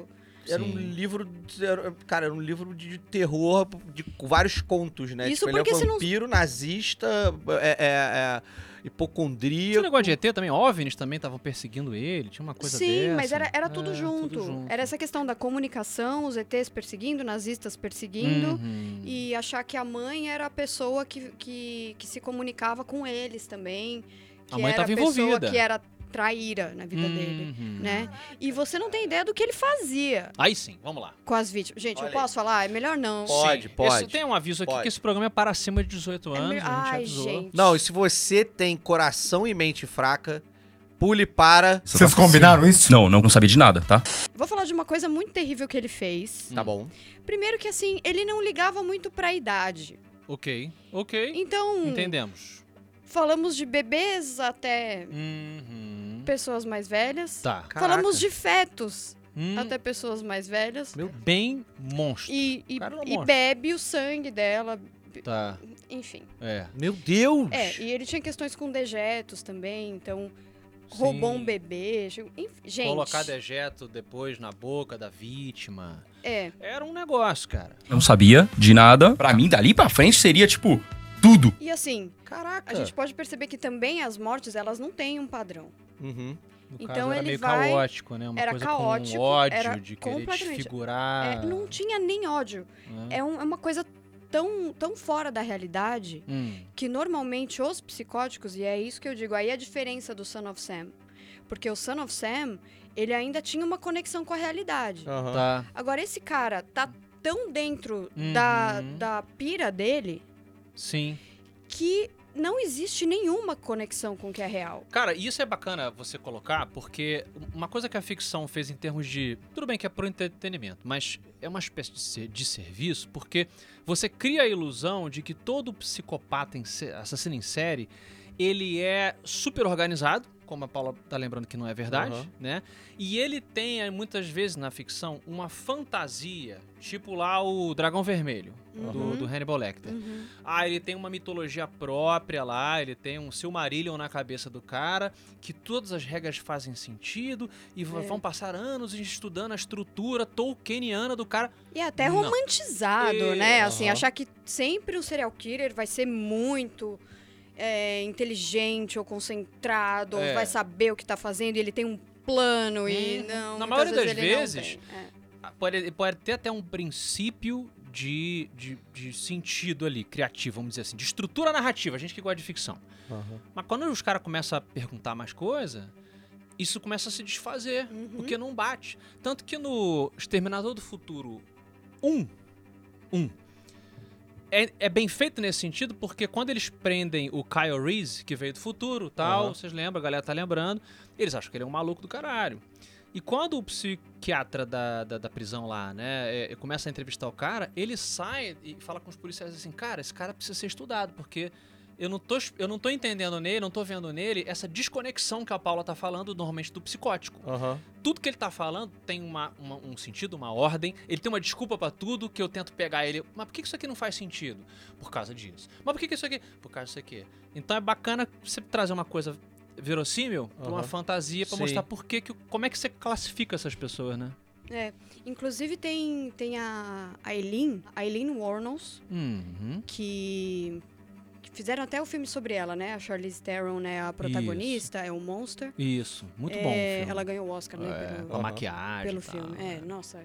[SPEAKER 2] era um
[SPEAKER 1] Sim.
[SPEAKER 2] livro, de- era- cara, era um livro de terror, de vários contos, né?
[SPEAKER 3] Isso
[SPEAKER 2] tipo, ele é
[SPEAKER 3] porque você não-
[SPEAKER 2] vampiro, nazista, é, é, é,
[SPEAKER 1] Tinha
[SPEAKER 2] hipocondríaco.
[SPEAKER 1] um negócio de E T também, OVNIs também estavam perseguindo ele, tinha uma coisa
[SPEAKER 3] Sim,
[SPEAKER 1] dessa.
[SPEAKER 3] mas era, era tudo,
[SPEAKER 1] É,
[SPEAKER 3] junto.
[SPEAKER 1] junto.
[SPEAKER 3] Era essa questão da comunicação, os E Tês perseguindo, nazistas perseguindo.
[SPEAKER 1] Uhum.
[SPEAKER 3] E achar que a mãe era a pessoa que, que, que se comunicava com eles também. Que
[SPEAKER 1] A mãe
[SPEAKER 3] era
[SPEAKER 1] tava
[SPEAKER 3] a pessoa
[SPEAKER 1] envolvida.
[SPEAKER 3] que era traíra na vida dele,
[SPEAKER 1] Uhum.
[SPEAKER 3] né? E você não tem ideia do que ele fazia
[SPEAKER 1] Aí sim, vamos lá.
[SPEAKER 3] com as vítimas. Gente,
[SPEAKER 2] Olha
[SPEAKER 3] eu posso falar? É melhor não.
[SPEAKER 2] Pode,
[SPEAKER 1] Sim.
[SPEAKER 2] pode.
[SPEAKER 1] Esse- tem um aviso aqui
[SPEAKER 2] pode.
[SPEAKER 1] que esse programa é para acima de dezoito
[SPEAKER 3] É
[SPEAKER 1] anos,
[SPEAKER 3] me-
[SPEAKER 1] a gente
[SPEAKER 3] Ai,
[SPEAKER 1] avisou.
[SPEAKER 3] gente.
[SPEAKER 2] Não, e se você tem coração e mente fraca, pule para...
[SPEAKER 5] Vocês combinaram isso?
[SPEAKER 6] Não, não, não sabia de nada, tá?
[SPEAKER 3] Vou falar de uma coisa muito terrível que ele fez.
[SPEAKER 2] Tá bom.
[SPEAKER 3] Primeiro que, assim, ele não ligava muito pra idade.
[SPEAKER 1] Ok, ok.
[SPEAKER 3] Então,
[SPEAKER 1] Entendemos.
[SPEAKER 3] falamos de bebês até
[SPEAKER 1] Uhum.
[SPEAKER 3] pessoas mais velhas.
[SPEAKER 1] Tá.
[SPEAKER 2] Caraca.
[SPEAKER 3] Falamos de fetos
[SPEAKER 1] Hum,
[SPEAKER 3] até pessoas mais velhas.
[SPEAKER 1] Bem monstro.
[SPEAKER 3] E, e,
[SPEAKER 1] Cara, não
[SPEAKER 3] e
[SPEAKER 1] mostra.
[SPEAKER 3] bebe o sangue dela,
[SPEAKER 1] Tá,
[SPEAKER 3] enfim.
[SPEAKER 1] é.
[SPEAKER 2] Meu Deus!
[SPEAKER 3] É, e ele tinha questões com dejetos também, então roubou
[SPEAKER 1] Sim.
[SPEAKER 3] um bebê. Enfim, gente,
[SPEAKER 1] Colocar dejeto depois na boca da vítima.
[SPEAKER 3] é,
[SPEAKER 1] Era um negócio, cara.
[SPEAKER 6] Não sabia de nada. Pra mim, dali pra frente, seria, tipo, tudo.
[SPEAKER 3] e assim,
[SPEAKER 2] Caraca!
[SPEAKER 3] a gente pode perceber que também as mortes, elas não têm um padrão.
[SPEAKER 2] Uhum.
[SPEAKER 1] No
[SPEAKER 3] Então
[SPEAKER 1] caso, era
[SPEAKER 3] ele
[SPEAKER 1] meio
[SPEAKER 3] vai-
[SPEAKER 1] caótico, né? Uma
[SPEAKER 3] era
[SPEAKER 1] coisa
[SPEAKER 3] caótico,
[SPEAKER 1] com ódio,
[SPEAKER 3] era
[SPEAKER 1] de querer
[SPEAKER 3] completamente-
[SPEAKER 1] desfigurar.
[SPEAKER 3] É, não tinha nem ódio.
[SPEAKER 1] né?
[SPEAKER 3] É, um- é uma coisa tão, tão fora da realidade
[SPEAKER 1] Hum,
[SPEAKER 3] que normalmente os psicóticos, e é isso que eu digo, aí é a diferença do Son of Sam. Porque o Son of Sam, ele ainda tinha uma conexão com a realidade.
[SPEAKER 2] Aham.
[SPEAKER 1] tá.
[SPEAKER 3] Agora, esse cara tá tão dentro
[SPEAKER 1] Uhum.
[SPEAKER 3] da, da pira dele
[SPEAKER 1] Sim.
[SPEAKER 3] que não existe nenhuma conexão com o que é real.
[SPEAKER 1] Cara, isso é bacana você colocar, porque uma coisa que a ficção fez em termos de... Tudo bem que é pro entretenimento, mas é uma espécie de, ser- de serviço, porque você cria a ilusão de que todo psicopata, em sé- assassino em série, ele é super organizado, como a Paula tá lembrando que não é verdade,
[SPEAKER 2] Aham.
[SPEAKER 1] né? E ele tem, eh, muitas vezes na ficção, uma fantasia, tipo lá o Dragão Vermelho, do,
[SPEAKER 3] Uhum.
[SPEAKER 1] do Hannibal Lecter.
[SPEAKER 3] Uhum.
[SPEAKER 1] Ah, ele tem uma mitologia própria lá, ele tem um Silmarillion na cabeça do cara, que todas as regras fazem sentido e v-
[SPEAKER 3] É.
[SPEAKER 1] vão passar anos estudando a estrutura tolkieniana do cara.
[SPEAKER 3] E é até
[SPEAKER 1] Não.
[SPEAKER 3] romantizado,
[SPEAKER 1] É,
[SPEAKER 3] né? Assim,
[SPEAKER 2] aham.
[SPEAKER 3] achar que sempre o serial killer vai ser muito é, inteligente ou concentrado,
[SPEAKER 1] É.
[SPEAKER 3] ou vai saber o que tá fazendo e ele tem um plano e
[SPEAKER 1] Uhum.
[SPEAKER 3] não.
[SPEAKER 1] Na
[SPEAKER 3] muitas
[SPEAKER 1] maioria das
[SPEAKER 3] ele não
[SPEAKER 1] vezes,
[SPEAKER 3] tem. É.
[SPEAKER 1] Ah, Pode, pode ter até um princípio de, de, de sentido ali, criativo, vamos dizer assim, de estrutura narrativa, a gente que gosta de ficção.
[SPEAKER 2] Aham.
[SPEAKER 1] Mas quando os caras começam a perguntar mais coisa, isso começa a se desfazer,
[SPEAKER 3] Uhum.
[SPEAKER 1] porque não bate. Tanto que no Exterminador do Futuro um, um é, é bem feito nesse sentido, porque quando eles prendem o Kyle Reese, que veio do futuro, tal,
[SPEAKER 2] Aham.
[SPEAKER 1] vocês lembram, a galera tá lembrando, eles acham que ele é um maluco do caralho. E quando o psiquiatra da, da, da prisão lá, né, é, começa a entrevistar o cara, ele sai e fala com os policiais assim, cara, esse cara precisa ser estudado, porque eu não tô, eu não tô entendendo nele, não tô vendo nele essa desconexão que a Paula tá falando normalmente do psicótico.
[SPEAKER 2] Aham.
[SPEAKER 1] Tudo que ele tá falando tem uma, uma- um sentido, uma ordem, ele tem uma desculpa pra tudo que eu tento pegar ele. Mas por que que isso aqui não faz sentido? Por causa disso. Mas por que que isso aqui? Por causa disso aqui. Então é bacana você trazer uma coisa verossímil pra uma
[SPEAKER 2] Aham.
[SPEAKER 1] fantasia, pra
[SPEAKER 2] Sim.
[SPEAKER 1] mostrar por que, que como é que você classifica essas pessoas, né?
[SPEAKER 3] É. Inclusive tem, tem a a Eileen, a Eileen Wuornos,
[SPEAKER 1] Uhum.
[SPEAKER 3] que, que fizeram até o filme sobre ela, né? A Charlize Theron, né? A protagonista, é o Monster.
[SPEAKER 1] Isso, muito bom o
[SPEAKER 3] É,
[SPEAKER 1] filme.
[SPEAKER 3] ela ganhou o Oscar, né?
[SPEAKER 1] É,
[SPEAKER 3] pelo
[SPEAKER 1] com a
[SPEAKER 2] Aham.
[SPEAKER 1] maquiagem
[SPEAKER 3] pelo
[SPEAKER 1] e tal.
[SPEAKER 3] filme. É, nossa,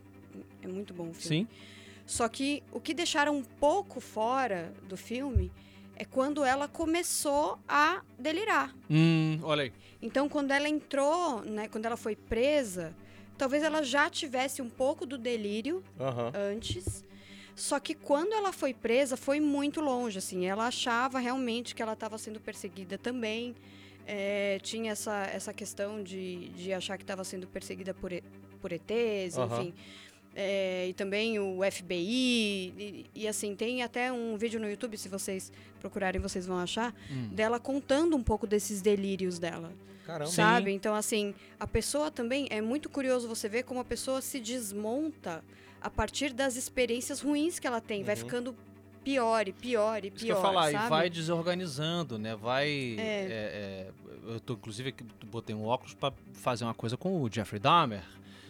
[SPEAKER 3] é muito bom o filme.
[SPEAKER 1] Sim.
[SPEAKER 3] Só que o que deixaram um pouco fora do filme é quando ela começou a delirar.
[SPEAKER 1] Hum, olha aí.
[SPEAKER 3] Então, quando ela entrou, né, quando ela foi presa, talvez ela já tivesse um pouco do delírio
[SPEAKER 2] Aham.
[SPEAKER 3] antes. Só que quando ela foi presa, foi muito longe, assim. Ela achava realmente que ela estava sendo perseguida também. É, tinha essa, essa questão de, de achar que estava sendo perseguida por, E- por E Tês,
[SPEAKER 2] Aham.
[SPEAKER 3] enfim. É, e também o F B I. E, e, assim, tem até um vídeo no YouTube, se vocês procurarem, vocês vão achar,
[SPEAKER 1] Hum.
[SPEAKER 3] dela contando um pouco desses delírios dela.
[SPEAKER 2] Caramba.
[SPEAKER 1] Sim.
[SPEAKER 3] Sabe? Então, assim, a pessoa também... É muito curioso você ver como a pessoa se desmonta a partir das experiências ruins que ela tem. Vai
[SPEAKER 2] Uhum.
[SPEAKER 3] ficando pior e pior e pior,
[SPEAKER 1] Isso que eu ia falar,
[SPEAKER 3] sabe?
[SPEAKER 1] e vai desorganizando, né? Vai.
[SPEAKER 3] É.
[SPEAKER 1] é, é, eu tô, inclusive, aqui, botei um óculos pra fazer uma coisa com o Jeffrey Dahmer.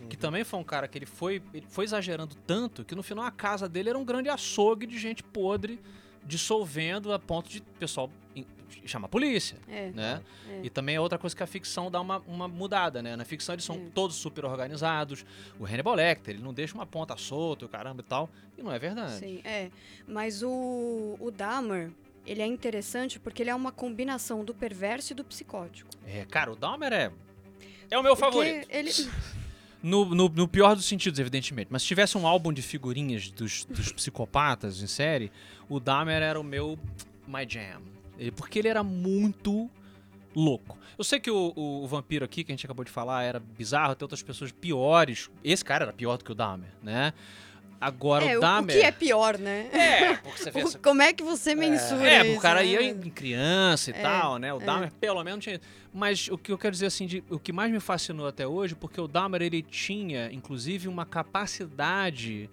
[SPEAKER 1] que também foi um cara que ele foi, ele foi exagerando tanto que no final a casa dele era um grande açougue de gente podre, dissolvendo a ponto de o pessoal em- chamar a polícia,
[SPEAKER 3] É.
[SPEAKER 1] né?
[SPEAKER 3] É.
[SPEAKER 1] E também é outra coisa que a ficção dá uma, uma mudada, né? Na ficção eles são
[SPEAKER 3] É.
[SPEAKER 1] todos super organizados. O Hannibal Lecter, ele não deixa uma ponta solta, o caramba e tal. E não é verdade.
[SPEAKER 3] Sim, é. Mas o, o Dahmer, ele é interessante porque ele é uma combinação do perverso e do psicótico.
[SPEAKER 1] É, cara, o Dahmer é... É o meu
[SPEAKER 3] Porque
[SPEAKER 1] favorito.
[SPEAKER 3] ele...
[SPEAKER 1] No, no, no pior dos sentidos, evidentemente. Mas se tivesse um álbum de figurinhas dos, dos psicopatas em série, o Dahmer era o meu my jam. Ele- porque ele era muito louco. Eu sei que o, o, o vampiro aqui, que a gente acabou de falar, era bizarro, tem outras pessoas piores. Esse cara era pior do que o Dahmer, né? Agora
[SPEAKER 3] é,
[SPEAKER 1] o
[SPEAKER 3] o, o
[SPEAKER 1] Dahmer...
[SPEAKER 3] que é pior, né?
[SPEAKER 1] É, porque você vê
[SPEAKER 3] O-
[SPEAKER 1] essa...
[SPEAKER 3] Como é que você mensura
[SPEAKER 1] É,
[SPEAKER 3] isso?
[SPEAKER 1] o cara
[SPEAKER 3] né?
[SPEAKER 1] ia em criança e
[SPEAKER 3] É,
[SPEAKER 1] tal, né? O
[SPEAKER 3] é.
[SPEAKER 1] Dahmer pelo menos tinha... Mas o que eu quero dizer assim, de- o que mais me fascinou até hoje, porque o Dahmer ele tinha, inclusive, uma capacidade,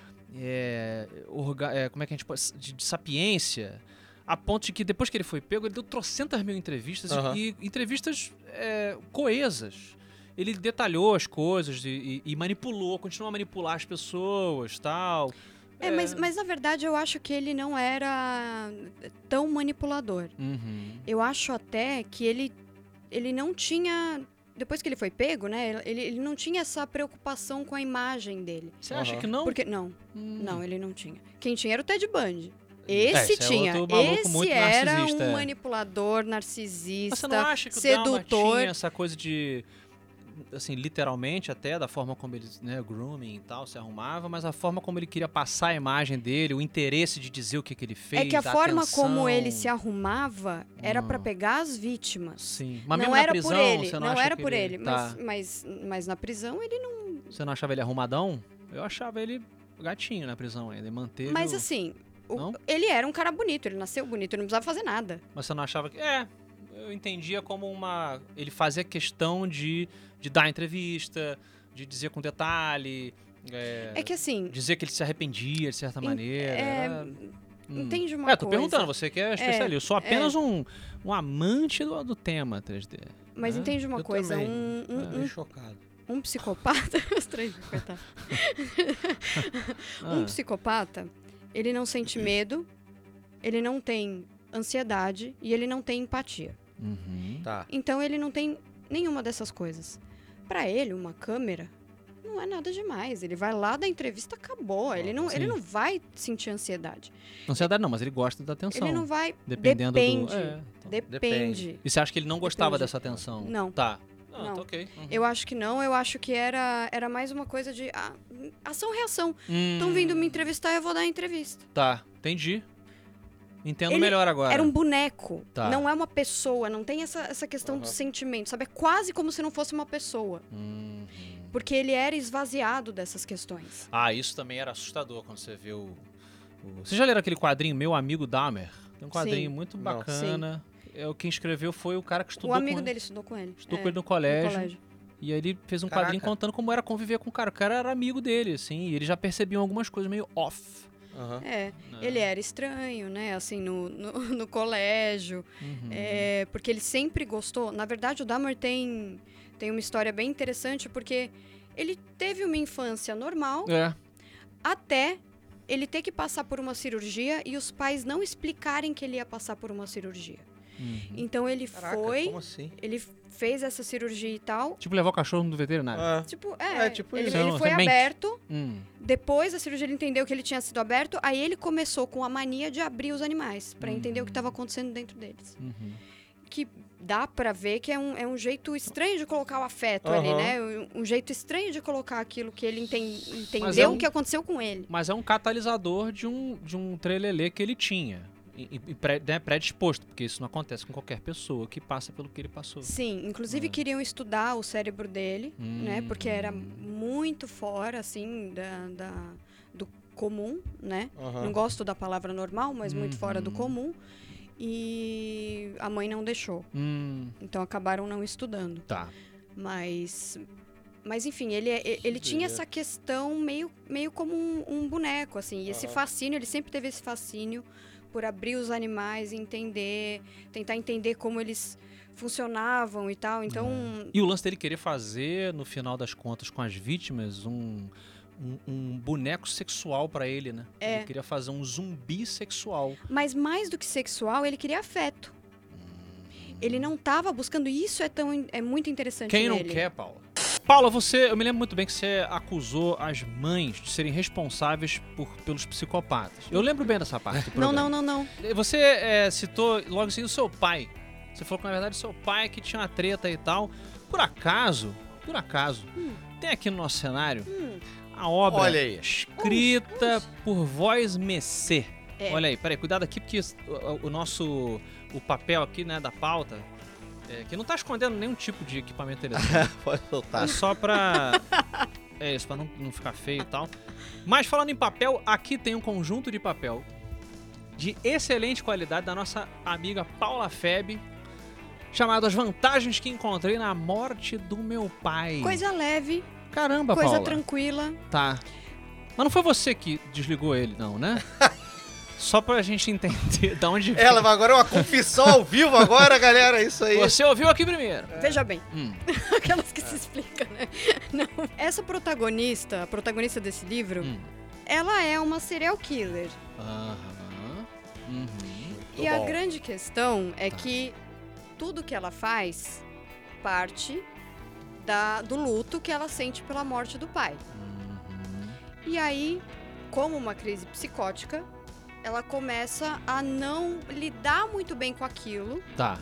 [SPEAKER 1] é, orga- é, como é que a gente pode... De, de sapiência, a ponto de que depois que ele foi pego, ele deu trocentas mil entrevistas, e-
[SPEAKER 2] Aham.
[SPEAKER 1] e, entrevistas é, coesas. Ele detalhou as coisas e, e- e manipulou, continuou a manipular as pessoas, tal.
[SPEAKER 3] É, mas, mas na verdade eu acho que ele não era tão manipulador.
[SPEAKER 1] Uhum.
[SPEAKER 3] Eu acho até que ele, ele não tinha... Depois que ele foi pego, né? Ele, ele não tinha essa preocupação com a imagem dele.
[SPEAKER 1] Você acha
[SPEAKER 2] Aham.
[SPEAKER 1] que não?
[SPEAKER 3] Porque, não,
[SPEAKER 1] Hum.
[SPEAKER 3] não, ele não tinha. Quem tinha era o Ted Bundy.
[SPEAKER 1] É,
[SPEAKER 3] Esse
[SPEAKER 1] esse é
[SPEAKER 3] tinha.
[SPEAKER 1] outro maluco
[SPEAKER 3] Esse
[SPEAKER 1] muito
[SPEAKER 3] era
[SPEAKER 1] narcisista,
[SPEAKER 3] um
[SPEAKER 1] é.
[SPEAKER 3] manipulador,
[SPEAKER 1] Mas
[SPEAKER 3] narcisista,
[SPEAKER 1] você não acha que o Dahmer
[SPEAKER 3] sedutor.
[SPEAKER 1] tinha essa coisa de, assim, literalmente até, da forma como ele, né, grooming e tal, se arrumava, mas a forma como ele queria passar a imagem dele, o interesse de dizer o que, que ele fez,
[SPEAKER 3] É que a
[SPEAKER 1] da
[SPEAKER 3] forma
[SPEAKER 1] atenção.
[SPEAKER 3] como ele se arrumava era
[SPEAKER 1] Hum.
[SPEAKER 3] pra pegar as vítimas.
[SPEAKER 1] Sim, mas
[SPEAKER 3] não
[SPEAKER 1] mesmo
[SPEAKER 3] era
[SPEAKER 1] na prisão,
[SPEAKER 3] por ele,
[SPEAKER 1] você não,
[SPEAKER 3] não
[SPEAKER 1] acha
[SPEAKER 3] era
[SPEAKER 1] que
[SPEAKER 3] por ele,
[SPEAKER 1] Tá.
[SPEAKER 3] mas, mas, mas na prisão ele não.
[SPEAKER 1] Você não achava ele arrumadão? Eu achava ele gatinho na prisão ainda, ele manteve
[SPEAKER 3] Mas
[SPEAKER 1] o-
[SPEAKER 3] assim, o-
[SPEAKER 1] Não?
[SPEAKER 3] ele era um cara bonito, ele nasceu bonito, ele não precisava fazer nada.
[SPEAKER 1] Mas você não achava que... É, eu entendia como uma... Ele fazia questão de, de dar entrevista, de dizer com detalhe... É,
[SPEAKER 3] É que assim,
[SPEAKER 1] dizer que ele se arrependia de certa
[SPEAKER 3] Em-
[SPEAKER 1] maneira.
[SPEAKER 3] é,
[SPEAKER 1] era- Hum.
[SPEAKER 3] entende uma
[SPEAKER 1] É, tô
[SPEAKER 3] coisa.
[SPEAKER 1] perguntando, você que é especialista. eu sou apenas
[SPEAKER 3] é.
[SPEAKER 1] um, um amante do, do tema três D.
[SPEAKER 3] Mas
[SPEAKER 1] É,
[SPEAKER 3] entende uma
[SPEAKER 2] eu
[SPEAKER 3] coisa,
[SPEAKER 2] também.
[SPEAKER 3] um, um-
[SPEAKER 2] Fiquei
[SPEAKER 3] um-
[SPEAKER 2] chocado.
[SPEAKER 3] um psicopata. Os três, coitado. Um
[SPEAKER 1] Ah,
[SPEAKER 3] psicopata, ele não sente medo, ele não tem ansiedade e ele não tem empatia.
[SPEAKER 1] uhum.
[SPEAKER 2] Tá.
[SPEAKER 3] Então ele não tem nenhuma dessas coisas. Pra ele, uma câmera não é nada demais. Ele vai lá da entrevista, acabou. Ele não, ele
[SPEAKER 1] Sim.
[SPEAKER 3] não vai sentir ansiedade.
[SPEAKER 1] Ansiedade não, mas ele gosta da atenção.
[SPEAKER 3] Ele não vai.
[SPEAKER 1] Dependendo
[SPEAKER 3] depende.
[SPEAKER 1] do... É, então.
[SPEAKER 3] Depende.
[SPEAKER 2] Depende.
[SPEAKER 1] E você acha que ele não gostava
[SPEAKER 3] Depende.
[SPEAKER 1] dessa atenção?
[SPEAKER 3] Não.
[SPEAKER 1] Tá. Ah,
[SPEAKER 3] Não.
[SPEAKER 1] tá ok. Uhum.
[SPEAKER 3] Eu acho que não. Eu acho que era, era mais uma coisa de ah, ação-reação.
[SPEAKER 1] Hum,
[SPEAKER 3] Estão vindo me entrevistar, eu vou dar a entrevista.
[SPEAKER 1] Tá, entendi. Entendo
[SPEAKER 3] Ele
[SPEAKER 1] melhor agora.
[SPEAKER 3] Era um boneco.
[SPEAKER 1] Tá.
[SPEAKER 3] Não é uma pessoa. Não tem essa, essa questão do
[SPEAKER 2] Aham.
[SPEAKER 3] sentimento, sabe? É quase como se não fosse uma pessoa.
[SPEAKER 1] Uhum.
[SPEAKER 3] Porque ele era esvaziado dessas questões.
[SPEAKER 1] Ah, isso também era assustador quando você vê o... o... Você já leram aquele quadrinho Meu Amigo Dahmer? Tem um quadrinho
[SPEAKER 3] Sim.
[SPEAKER 1] muito
[SPEAKER 2] Não.
[SPEAKER 1] bacana. É, o quem escreveu foi o cara que estudou
[SPEAKER 3] O amigo
[SPEAKER 1] com
[SPEAKER 3] dele estudou com ele.
[SPEAKER 1] Estudou
[SPEAKER 3] é,
[SPEAKER 1] com ele no
[SPEAKER 3] no
[SPEAKER 1] colégio.
[SPEAKER 3] colégio.
[SPEAKER 1] E aí ele fez um
[SPEAKER 2] Caraca.
[SPEAKER 1] quadrinho contando como era conviver com o cara. O cara era amigo dele, assim, e ele já percebia algumas coisas meio off.
[SPEAKER 2] Aham.
[SPEAKER 3] É,
[SPEAKER 1] né?
[SPEAKER 3] ele era estranho, né? Assim, no, no, no colégio.
[SPEAKER 1] Uhum.
[SPEAKER 3] É, porque ele sempre gostou. Na verdade, o Dahmer tem, tem uma história bem interessante, porque ele teve uma infância normal
[SPEAKER 1] É.
[SPEAKER 3] até ele ter que passar por uma cirurgia e os pais não explicarem que ele ia passar por uma cirurgia.
[SPEAKER 1] Uhum.
[SPEAKER 3] Então ele
[SPEAKER 2] Caraca,
[SPEAKER 3] foi,
[SPEAKER 2] como assim?
[SPEAKER 3] ele fez essa cirurgia e tal.
[SPEAKER 1] Tipo, levar o cachorro no veterinário.
[SPEAKER 2] Ah,
[SPEAKER 3] Tipo, é,
[SPEAKER 2] É, tipo
[SPEAKER 3] ele,
[SPEAKER 2] isso.
[SPEAKER 3] ele
[SPEAKER 1] Você
[SPEAKER 3] foi
[SPEAKER 1] mente.
[SPEAKER 3] aberto.
[SPEAKER 1] Hum.
[SPEAKER 3] Depois da cirurgia ele entendeu que ele tinha sido aberto, aí ele começou com a mania de abrir os animais pra entender o que estava acontecendo dentro deles.
[SPEAKER 1] Uhum.
[SPEAKER 3] Que dá pra ver que é um, é um jeito estranho de colocar o afeto ali,
[SPEAKER 2] Aham.
[SPEAKER 3] né? Um, um jeito estranho de colocar aquilo que ele enten- entendeu
[SPEAKER 1] Mas é um-
[SPEAKER 3] que aconteceu com ele.
[SPEAKER 1] Mas é um catalisador de um, de um trelelê que ele tinha. E, e pré, né, predisposto, porque isso não acontece com qualquer pessoa que passa pelo que ele passou.
[SPEAKER 3] Sim, inclusive
[SPEAKER 1] É.
[SPEAKER 3] queriam estudar o cérebro dele, né?
[SPEAKER 1] Hum.
[SPEAKER 3] Porque era muito fora, assim, da, da- do comum, né?
[SPEAKER 2] aham.
[SPEAKER 3] Não gosto da palavra normal, mas muito fora do
[SPEAKER 1] Uhum.
[SPEAKER 3] comum. E a mãe não deixou.
[SPEAKER 1] Hum,
[SPEAKER 3] Então acabaram não estudando.
[SPEAKER 1] tá.
[SPEAKER 3] Mas, mas enfim, ele, é- ele tinha essa questão meio, meio como um, um boneco, assim. E esse
[SPEAKER 2] Aham.
[SPEAKER 3] fascínio, ele sempre teve esse fascínio por abrir os animais, entender, tentar entender como eles funcionavam e tal. Então,
[SPEAKER 1] E o lance dele querer fazer, no final das contas, com as vítimas, um, um, um boneco sexual pra ele, né?
[SPEAKER 3] É.
[SPEAKER 1] Ele queria fazer um zumbi sexual.
[SPEAKER 3] mas mais do que sexual, ele queria afeto. Ele não estava buscando, e isso é tão é muito interessante
[SPEAKER 1] Quem não
[SPEAKER 3] nele.
[SPEAKER 1] quer, Paula? Paula, você, eu me lembro muito bem que você acusou as mães de serem responsáveis por, pelos psicopatas. Eu lembro bem dessa parte do
[SPEAKER 3] Não,
[SPEAKER 1] programa.
[SPEAKER 3] não, não, não.
[SPEAKER 1] Você é, citou logo assim o seu pai. Você falou que na verdade seu pai que tinha uma treta e tal. Por acaso, por acaso,
[SPEAKER 3] Hum.
[SPEAKER 1] tem aqui no nosso cenário
[SPEAKER 3] Hum,
[SPEAKER 1] a obra
[SPEAKER 2] Olha aí.
[SPEAKER 1] escrita por voz Messé.
[SPEAKER 3] É.
[SPEAKER 1] Olha aí, peraí, cuidado aqui porque o, o nosso o papel aqui, né, da pauta, é, que não tá escondendo nenhum tipo de equipamento eletrônico.
[SPEAKER 2] Pode soltar.
[SPEAKER 1] É só pra... É isso, pra não, não ficar feio e tal. Mas falando em papel, aqui tem um conjunto de papel de excelente qualidade da nossa amiga Paula Feb, chamado As Vantagens que Encontrei na Morte do Meu Pai.
[SPEAKER 3] coisa leve,
[SPEAKER 1] Caramba,
[SPEAKER 3] coisa
[SPEAKER 1] Paula.
[SPEAKER 3] tranquila.
[SPEAKER 1] Tá. Mas não foi você que desligou ele, não, né? Só pra gente entender de onde veio.
[SPEAKER 2] Ela, mas agora é uma confissão ao vivo agora, galera. É isso aí.
[SPEAKER 1] Você ouviu aqui primeiro.
[SPEAKER 3] Veja bem,
[SPEAKER 1] Hum.
[SPEAKER 3] aquelas que se explicam, né? Não. Essa protagonista, a protagonista desse livro,
[SPEAKER 1] Hum.
[SPEAKER 3] ela é uma serial killer.
[SPEAKER 1] Aham. Uhum.
[SPEAKER 3] e
[SPEAKER 2] Muito
[SPEAKER 3] a
[SPEAKER 2] bom.
[SPEAKER 3] grande questão é que tudo que ela faz parte da, do luto que ela sente pela morte do pai.
[SPEAKER 1] Uhum.
[SPEAKER 3] E aí, como uma crise psicótica, ela começa a não lidar muito bem com aquilo.
[SPEAKER 1] Tá.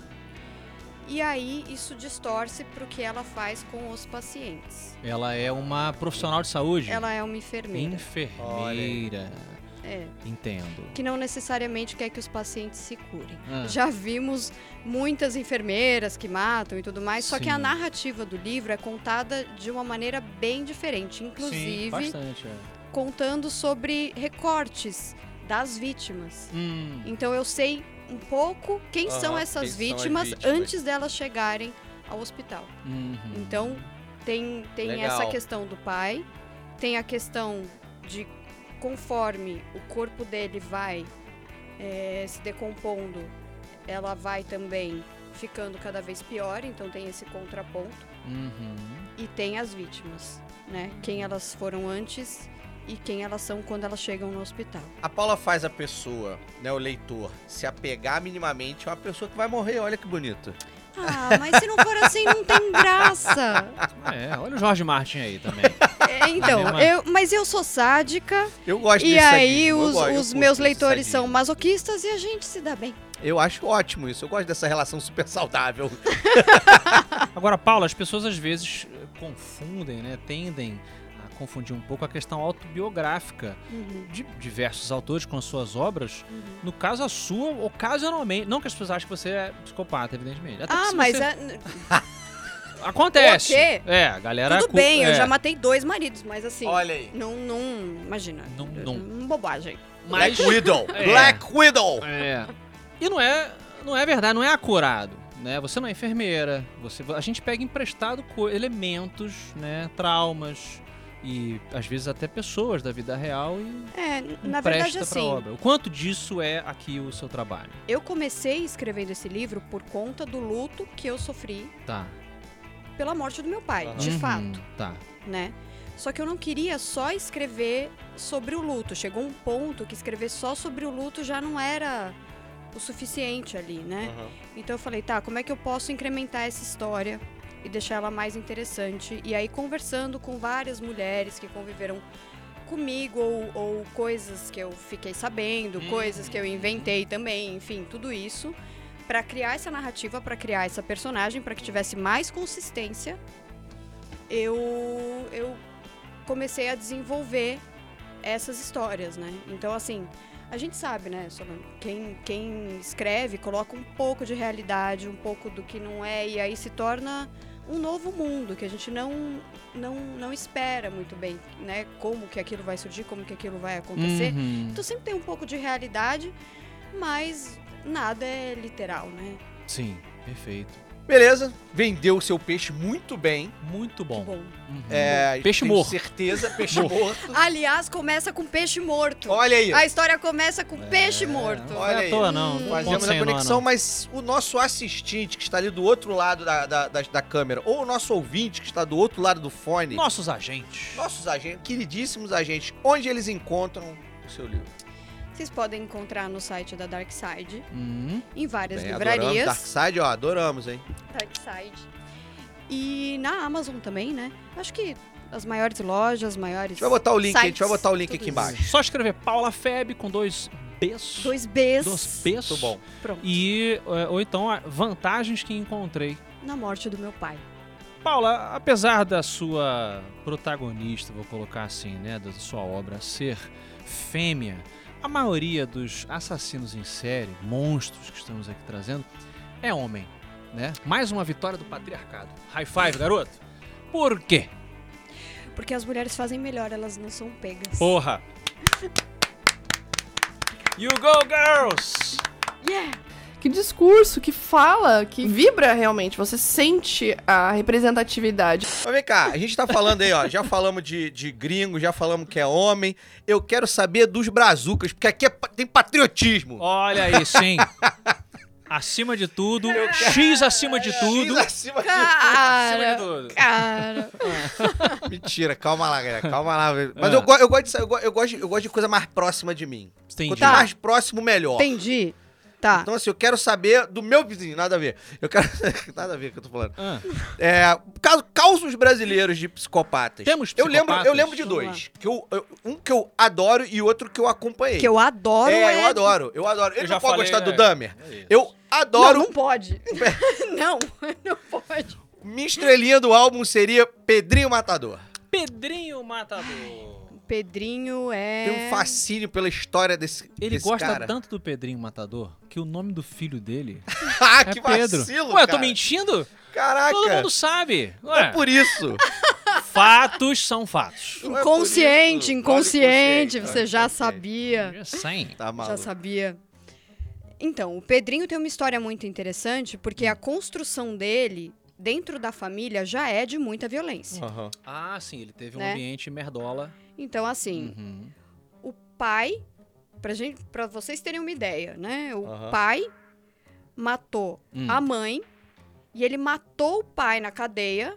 [SPEAKER 3] E aí, isso distorce pro que ela faz com os pacientes.
[SPEAKER 1] Ela é uma profissional de saúde?
[SPEAKER 3] Ela é uma enfermeira.
[SPEAKER 1] Enfermeira.
[SPEAKER 3] É,
[SPEAKER 1] Entendo.
[SPEAKER 3] que não necessariamente quer que os pacientes se curem.
[SPEAKER 1] Ah.
[SPEAKER 3] Já vimos muitas enfermeiras que matam e tudo mais, só que a
[SPEAKER 1] Sim.
[SPEAKER 3] narrativa do livro é contada de uma maneira bem diferente,
[SPEAKER 1] Sim,
[SPEAKER 3] inclusive
[SPEAKER 1] bastante. É.
[SPEAKER 3] contando sobre recortes das vítimas.
[SPEAKER 1] Hum.
[SPEAKER 3] Então eu sei um pouco quem
[SPEAKER 2] Aham,
[SPEAKER 3] são
[SPEAKER 2] quem
[SPEAKER 3] essas
[SPEAKER 2] são as
[SPEAKER 3] vítimas,
[SPEAKER 2] vítimas.
[SPEAKER 3] antes delas chegarem ao hospital.
[SPEAKER 1] Uhum.
[SPEAKER 3] Então tem, tem
[SPEAKER 2] Legal.
[SPEAKER 3] essa questão do pai, tem a questão de conforme o corpo dele vai é, se decompondo, ela vai também ficando cada vez pior, então tem esse contraponto.
[SPEAKER 1] Uhum.
[SPEAKER 3] E tem as vítimas, né? Quem elas foram antes e quem elas são quando elas chegam no hospital.
[SPEAKER 2] A Paula faz a pessoa, né, o leitor, se apegar minimamente a uma pessoa que vai morrer. Olha que bonito.
[SPEAKER 3] Ah, mas se não for assim, não tem graça.
[SPEAKER 1] É, olha o Jorge Martin aí também.
[SPEAKER 3] É, então,
[SPEAKER 1] Mesma-
[SPEAKER 3] eu, mas eu sou sádica
[SPEAKER 2] Eu gosto
[SPEAKER 3] e
[SPEAKER 2] desse
[SPEAKER 3] aí
[SPEAKER 2] sadismo, eu
[SPEAKER 3] os,
[SPEAKER 2] gosto, eu
[SPEAKER 3] os
[SPEAKER 2] curto
[SPEAKER 3] meus
[SPEAKER 2] esse
[SPEAKER 3] leitores são
[SPEAKER 2] sadismo.
[SPEAKER 3] masoquistas e a gente se dá bem.
[SPEAKER 2] Eu acho ótimo isso. Eu gosto dessa relação super saudável.
[SPEAKER 1] Agora, Paula, as pessoas às vezes eh, confundem, né? Tendem a confundir um pouco a questão autobiográfica
[SPEAKER 3] Uhum,
[SPEAKER 1] de diversos autores com as suas obras.
[SPEAKER 3] uhum.
[SPEAKER 1] No caso, a sua, ocasionalmente. Não que as pessoas achem que você é psicopata, evidentemente. Até que
[SPEAKER 3] Ah,
[SPEAKER 1] se
[SPEAKER 3] mas
[SPEAKER 1] você-
[SPEAKER 3] é-
[SPEAKER 1] Acontece.
[SPEAKER 3] O quê?
[SPEAKER 1] É, a galera...
[SPEAKER 3] tudo
[SPEAKER 1] cu-
[SPEAKER 3] bem, eu
[SPEAKER 1] é.
[SPEAKER 3] já matei dois maridos, mas assim,
[SPEAKER 2] Olha aí.
[SPEAKER 3] não, não, imagina,
[SPEAKER 1] Não- não.
[SPEAKER 3] bobagem.
[SPEAKER 1] Mas...
[SPEAKER 2] Black Widow.
[SPEAKER 1] É.
[SPEAKER 2] Black Widow.
[SPEAKER 1] É. E não é, não é verdade, não é acurado, né? Você não é enfermeira, você, a gente pega emprestado co- elementos, né, traumas e às vezes até pessoas da vida real e
[SPEAKER 3] É, na verdade
[SPEAKER 1] empresta pra
[SPEAKER 3] assim,
[SPEAKER 1] obra. O quanto disso é aqui o seu trabalho?
[SPEAKER 3] eu comecei escrevendo esse livro por conta do luto que eu sofri
[SPEAKER 1] Tá.
[SPEAKER 3] pela morte do meu pai,
[SPEAKER 2] Aham.
[SPEAKER 3] de
[SPEAKER 1] Uhum,
[SPEAKER 3] fato,
[SPEAKER 1] Tá.
[SPEAKER 3] né? Só que eu não queria só escrever sobre o luto. Chegou um ponto que escrever só sobre o luto já não era o suficiente ali, né?
[SPEAKER 2] Aham.
[SPEAKER 3] Então eu falei, tá, como é que eu posso incrementar essa história e deixar ela mais interessante? E aí, conversando com várias mulheres que conviveram comigo, ou, ou coisas que eu fiquei sabendo,
[SPEAKER 1] Hum.
[SPEAKER 3] coisas que eu inventei também, enfim, tudo isso, pra criar essa narrativa, pra criar essa personagem, pra que tivesse mais consistência, eu, eu comecei a desenvolver essas histórias, né? Então, assim, a gente sabe, né, Solano? Quem, quem escreve coloca um pouco de realidade, um pouco do que não é, e aí se torna um novo mundo que a gente não, não, não espera muito bem, né? Como que aquilo vai surgir, como que aquilo vai acontecer.
[SPEAKER 1] Uhum.
[SPEAKER 3] Então sempre tem um pouco de realidade, mas nada é literal, né?
[SPEAKER 1] Sim, perfeito.
[SPEAKER 2] Beleza, vendeu o seu peixe muito bem.
[SPEAKER 1] Muito bom.
[SPEAKER 3] Bom.
[SPEAKER 1] Uhum.
[SPEAKER 2] É,
[SPEAKER 1] Peixe
[SPEAKER 2] tenho
[SPEAKER 1] morto.
[SPEAKER 2] certeza, peixe morto.
[SPEAKER 3] Aliás, começa com peixe morto.
[SPEAKER 2] Olha aí.
[SPEAKER 3] A história começa com peixe morto.
[SPEAKER 1] Não
[SPEAKER 2] Olha
[SPEAKER 1] é
[SPEAKER 2] aí.
[SPEAKER 1] à toa, não.
[SPEAKER 3] Hum.
[SPEAKER 1] Não
[SPEAKER 2] Fazemos
[SPEAKER 1] ponto
[SPEAKER 2] a
[SPEAKER 1] sem nó,
[SPEAKER 2] conexão,
[SPEAKER 1] não.
[SPEAKER 2] mas o nosso assistente que está ali do outro lado da, da, da, da câmera, ou o nosso ouvinte que está do outro lado do fone,
[SPEAKER 1] Nossos agentes.
[SPEAKER 2] nossos agentes, queridíssimos agentes, onde eles encontram o seu livro?
[SPEAKER 3] Vocês podem encontrar no site da Darkside,
[SPEAKER 1] Hum.
[SPEAKER 3] em várias
[SPEAKER 2] Bem, adoramos.
[SPEAKER 3] livrarias.
[SPEAKER 2] Darkside, ó, adoramos, hein?
[SPEAKER 3] Darkside. E na Amazon também, né? Acho que as maiores lojas, as maiores.
[SPEAKER 2] A gente vai botar o link,
[SPEAKER 3] sites,
[SPEAKER 2] a gente vai botar o link
[SPEAKER 3] tudo
[SPEAKER 2] aqui
[SPEAKER 3] isso.
[SPEAKER 2] embaixo.
[SPEAKER 1] Só escrever Paula Feb com dois B's.
[SPEAKER 3] Dois B's.
[SPEAKER 1] Dois B's.
[SPEAKER 2] Muito bom.
[SPEAKER 3] Pronto.
[SPEAKER 1] E, é, ou então, a- vantagens que encontrei.
[SPEAKER 3] Na morte do meu pai.
[SPEAKER 1] Paula, apesar da sua protagonista, vou colocar assim, né, da sua obra ser fêmea, a maioria dos assassinos em série, monstros que estamos aqui trazendo, é homem, né? Mais uma vitória do patriarcado. High five, garoto. Por quê?
[SPEAKER 3] Porque as mulheres fazem melhor, elas não são pegas.
[SPEAKER 1] Porra! You go, girls!
[SPEAKER 3] Yeah!
[SPEAKER 5] Que discurso, que fala, que vibra realmente. Você sente a representatividade.
[SPEAKER 2] Mas vem cá, a gente tá falando aí, ó, já falamos de, de gringo, já falamos que é homem. Eu quero saber dos brazucas, porque aqui é pa- tem patriotismo.
[SPEAKER 1] Olha aí, sim. Acima de tudo, X acima de tudo.
[SPEAKER 2] X acima de
[SPEAKER 1] Acima de
[SPEAKER 3] Cara,
[SPEAKER 1] tudo.
[SPEAKER 3] cara.
[SPEAKER 2] tudo. Mentira, calma lá, galera, calma lá. Mas
[SPEAKER 1] Ah.
[SPEAKER 2] eu, go- eu, gosto de, sa- eu, go- eu, gosto de, eu gosto de coisa mais próxima de mim.
[SPEAKER 1] Entendi.
[SPEAKER 2] Quanto
[SPEAKER 3] Tá.
[SPEAKER 2] mais próximo, melhor.
[SPEAKER 3] Entendi. Tá.
[SPEAKER 2] Então, assim, eu quero saber do meu vizinho, nada a ver. Eu quero. Nada a ver com o que eu tô falando.
[SPEAKER 1] Ah,
[SPEAKER 2] É, ca- causos brasileiros de psicopatas.
[SPEAKER 1] Temos
[SPEAKER 2] eu lembro,
[SPEAKER 1] psicopatas?
[SPEAKER 2] eu lembro de
[SPEAKER 3] Vamos
[SPEAKER 2] dois. Que eu, eu- um que eu adoro e outro que eu acompanhei.
[SPEAKER 3] Que eu adoro
[SPEAKER 2] é, eu adoro, eu adoro. Ele
[SPEAKER 1] Eu já
[SPEAKER 2] não pode
[SPEAKER 1] falei,
[SPEAKER 2] gostar do
[SPEAKER 1] é.
[SPEAKER 2] Dahmer.
[SPEAKER 1] É isso.
[SPEAKER 2] Eu
[SPEAKER 3] Não,
[SPEAKER 2] adoro.
[SPEAKER 3] não pode. não, não pode.
[SPEAKER 2] Minha estrelinha do álbum seria Pedrinho Matador.
[SPEAKER 1] Pedrinho Matador.
[SPEAKER 3] Pedrinho é...
[SPEAKER 2] Tem um fascínio pela história desse,
[SPEAKER 1] Ele
[SPEAKER 2] desse
[SPEAKER 1] gosta
[SPEAKER 2] cara.
[SPEAKER 1] tanto do Pedrinho Matador que o nome do filho dele
[SPEAKER 2] ah,
[SPEAKER 1] é
[SPEAKER 2] que
[SPEAKER 1] Pedro.
[SPEAKER 2] vacilo,
[SPEAKER 1] Ué, eu
[SPEAKER 2] cara.
[SPEAKER 1] tô mentindo?
[SPEAKER 2] Caraca.
[SPEAKER 1] Todo mundo sabe.
[SPEAKER 2] É
[SPEAKER 1] Ué,
[SPEAKER 2] por isso.
[SPEAKER 1] fatos são fatos.
[SPEAKER 2] Não é por
[SPEAKER 3] Inconsciente,
[SPEAKER 2] isso.
[SPEAKER 3] inconsciente.
[SPEAKER 2] Olha,
[SPEAKER 3] Você já
[SPEAKER 2] inconsciente.
[SPEAKER 3] sabia.
[SPEAKER 1] Sim.
[SPEAKER 2] Tá
[SPEAKER 3] Já
[SPEAKER 2] maluco.
[SPEAKER 3] sabia. Então, o Pedrinho tem uma história muito interessante, porque a construção dele, dentro da família, já é de muita violência.
[SPEAKER 2] Aham.
[SPEAKER 1] Ah, sim, ele teve um
[SPEAKER 3] Né?
[SPEAKER 1] ambiente merdola.
[SPEAKER 3] Então, assim,
[SPEAKER 1] Uhum.
[SPEAKER 3] o pai, pra, gente, pra vocês terem uma ideia, né? O
[SPEAKER 2] Aham.
[SPEAKER 3] pai matou
[SPEAKER 1] Hum.
[SPEAKER 3] a mãe, e ele matou o pai na cadeia,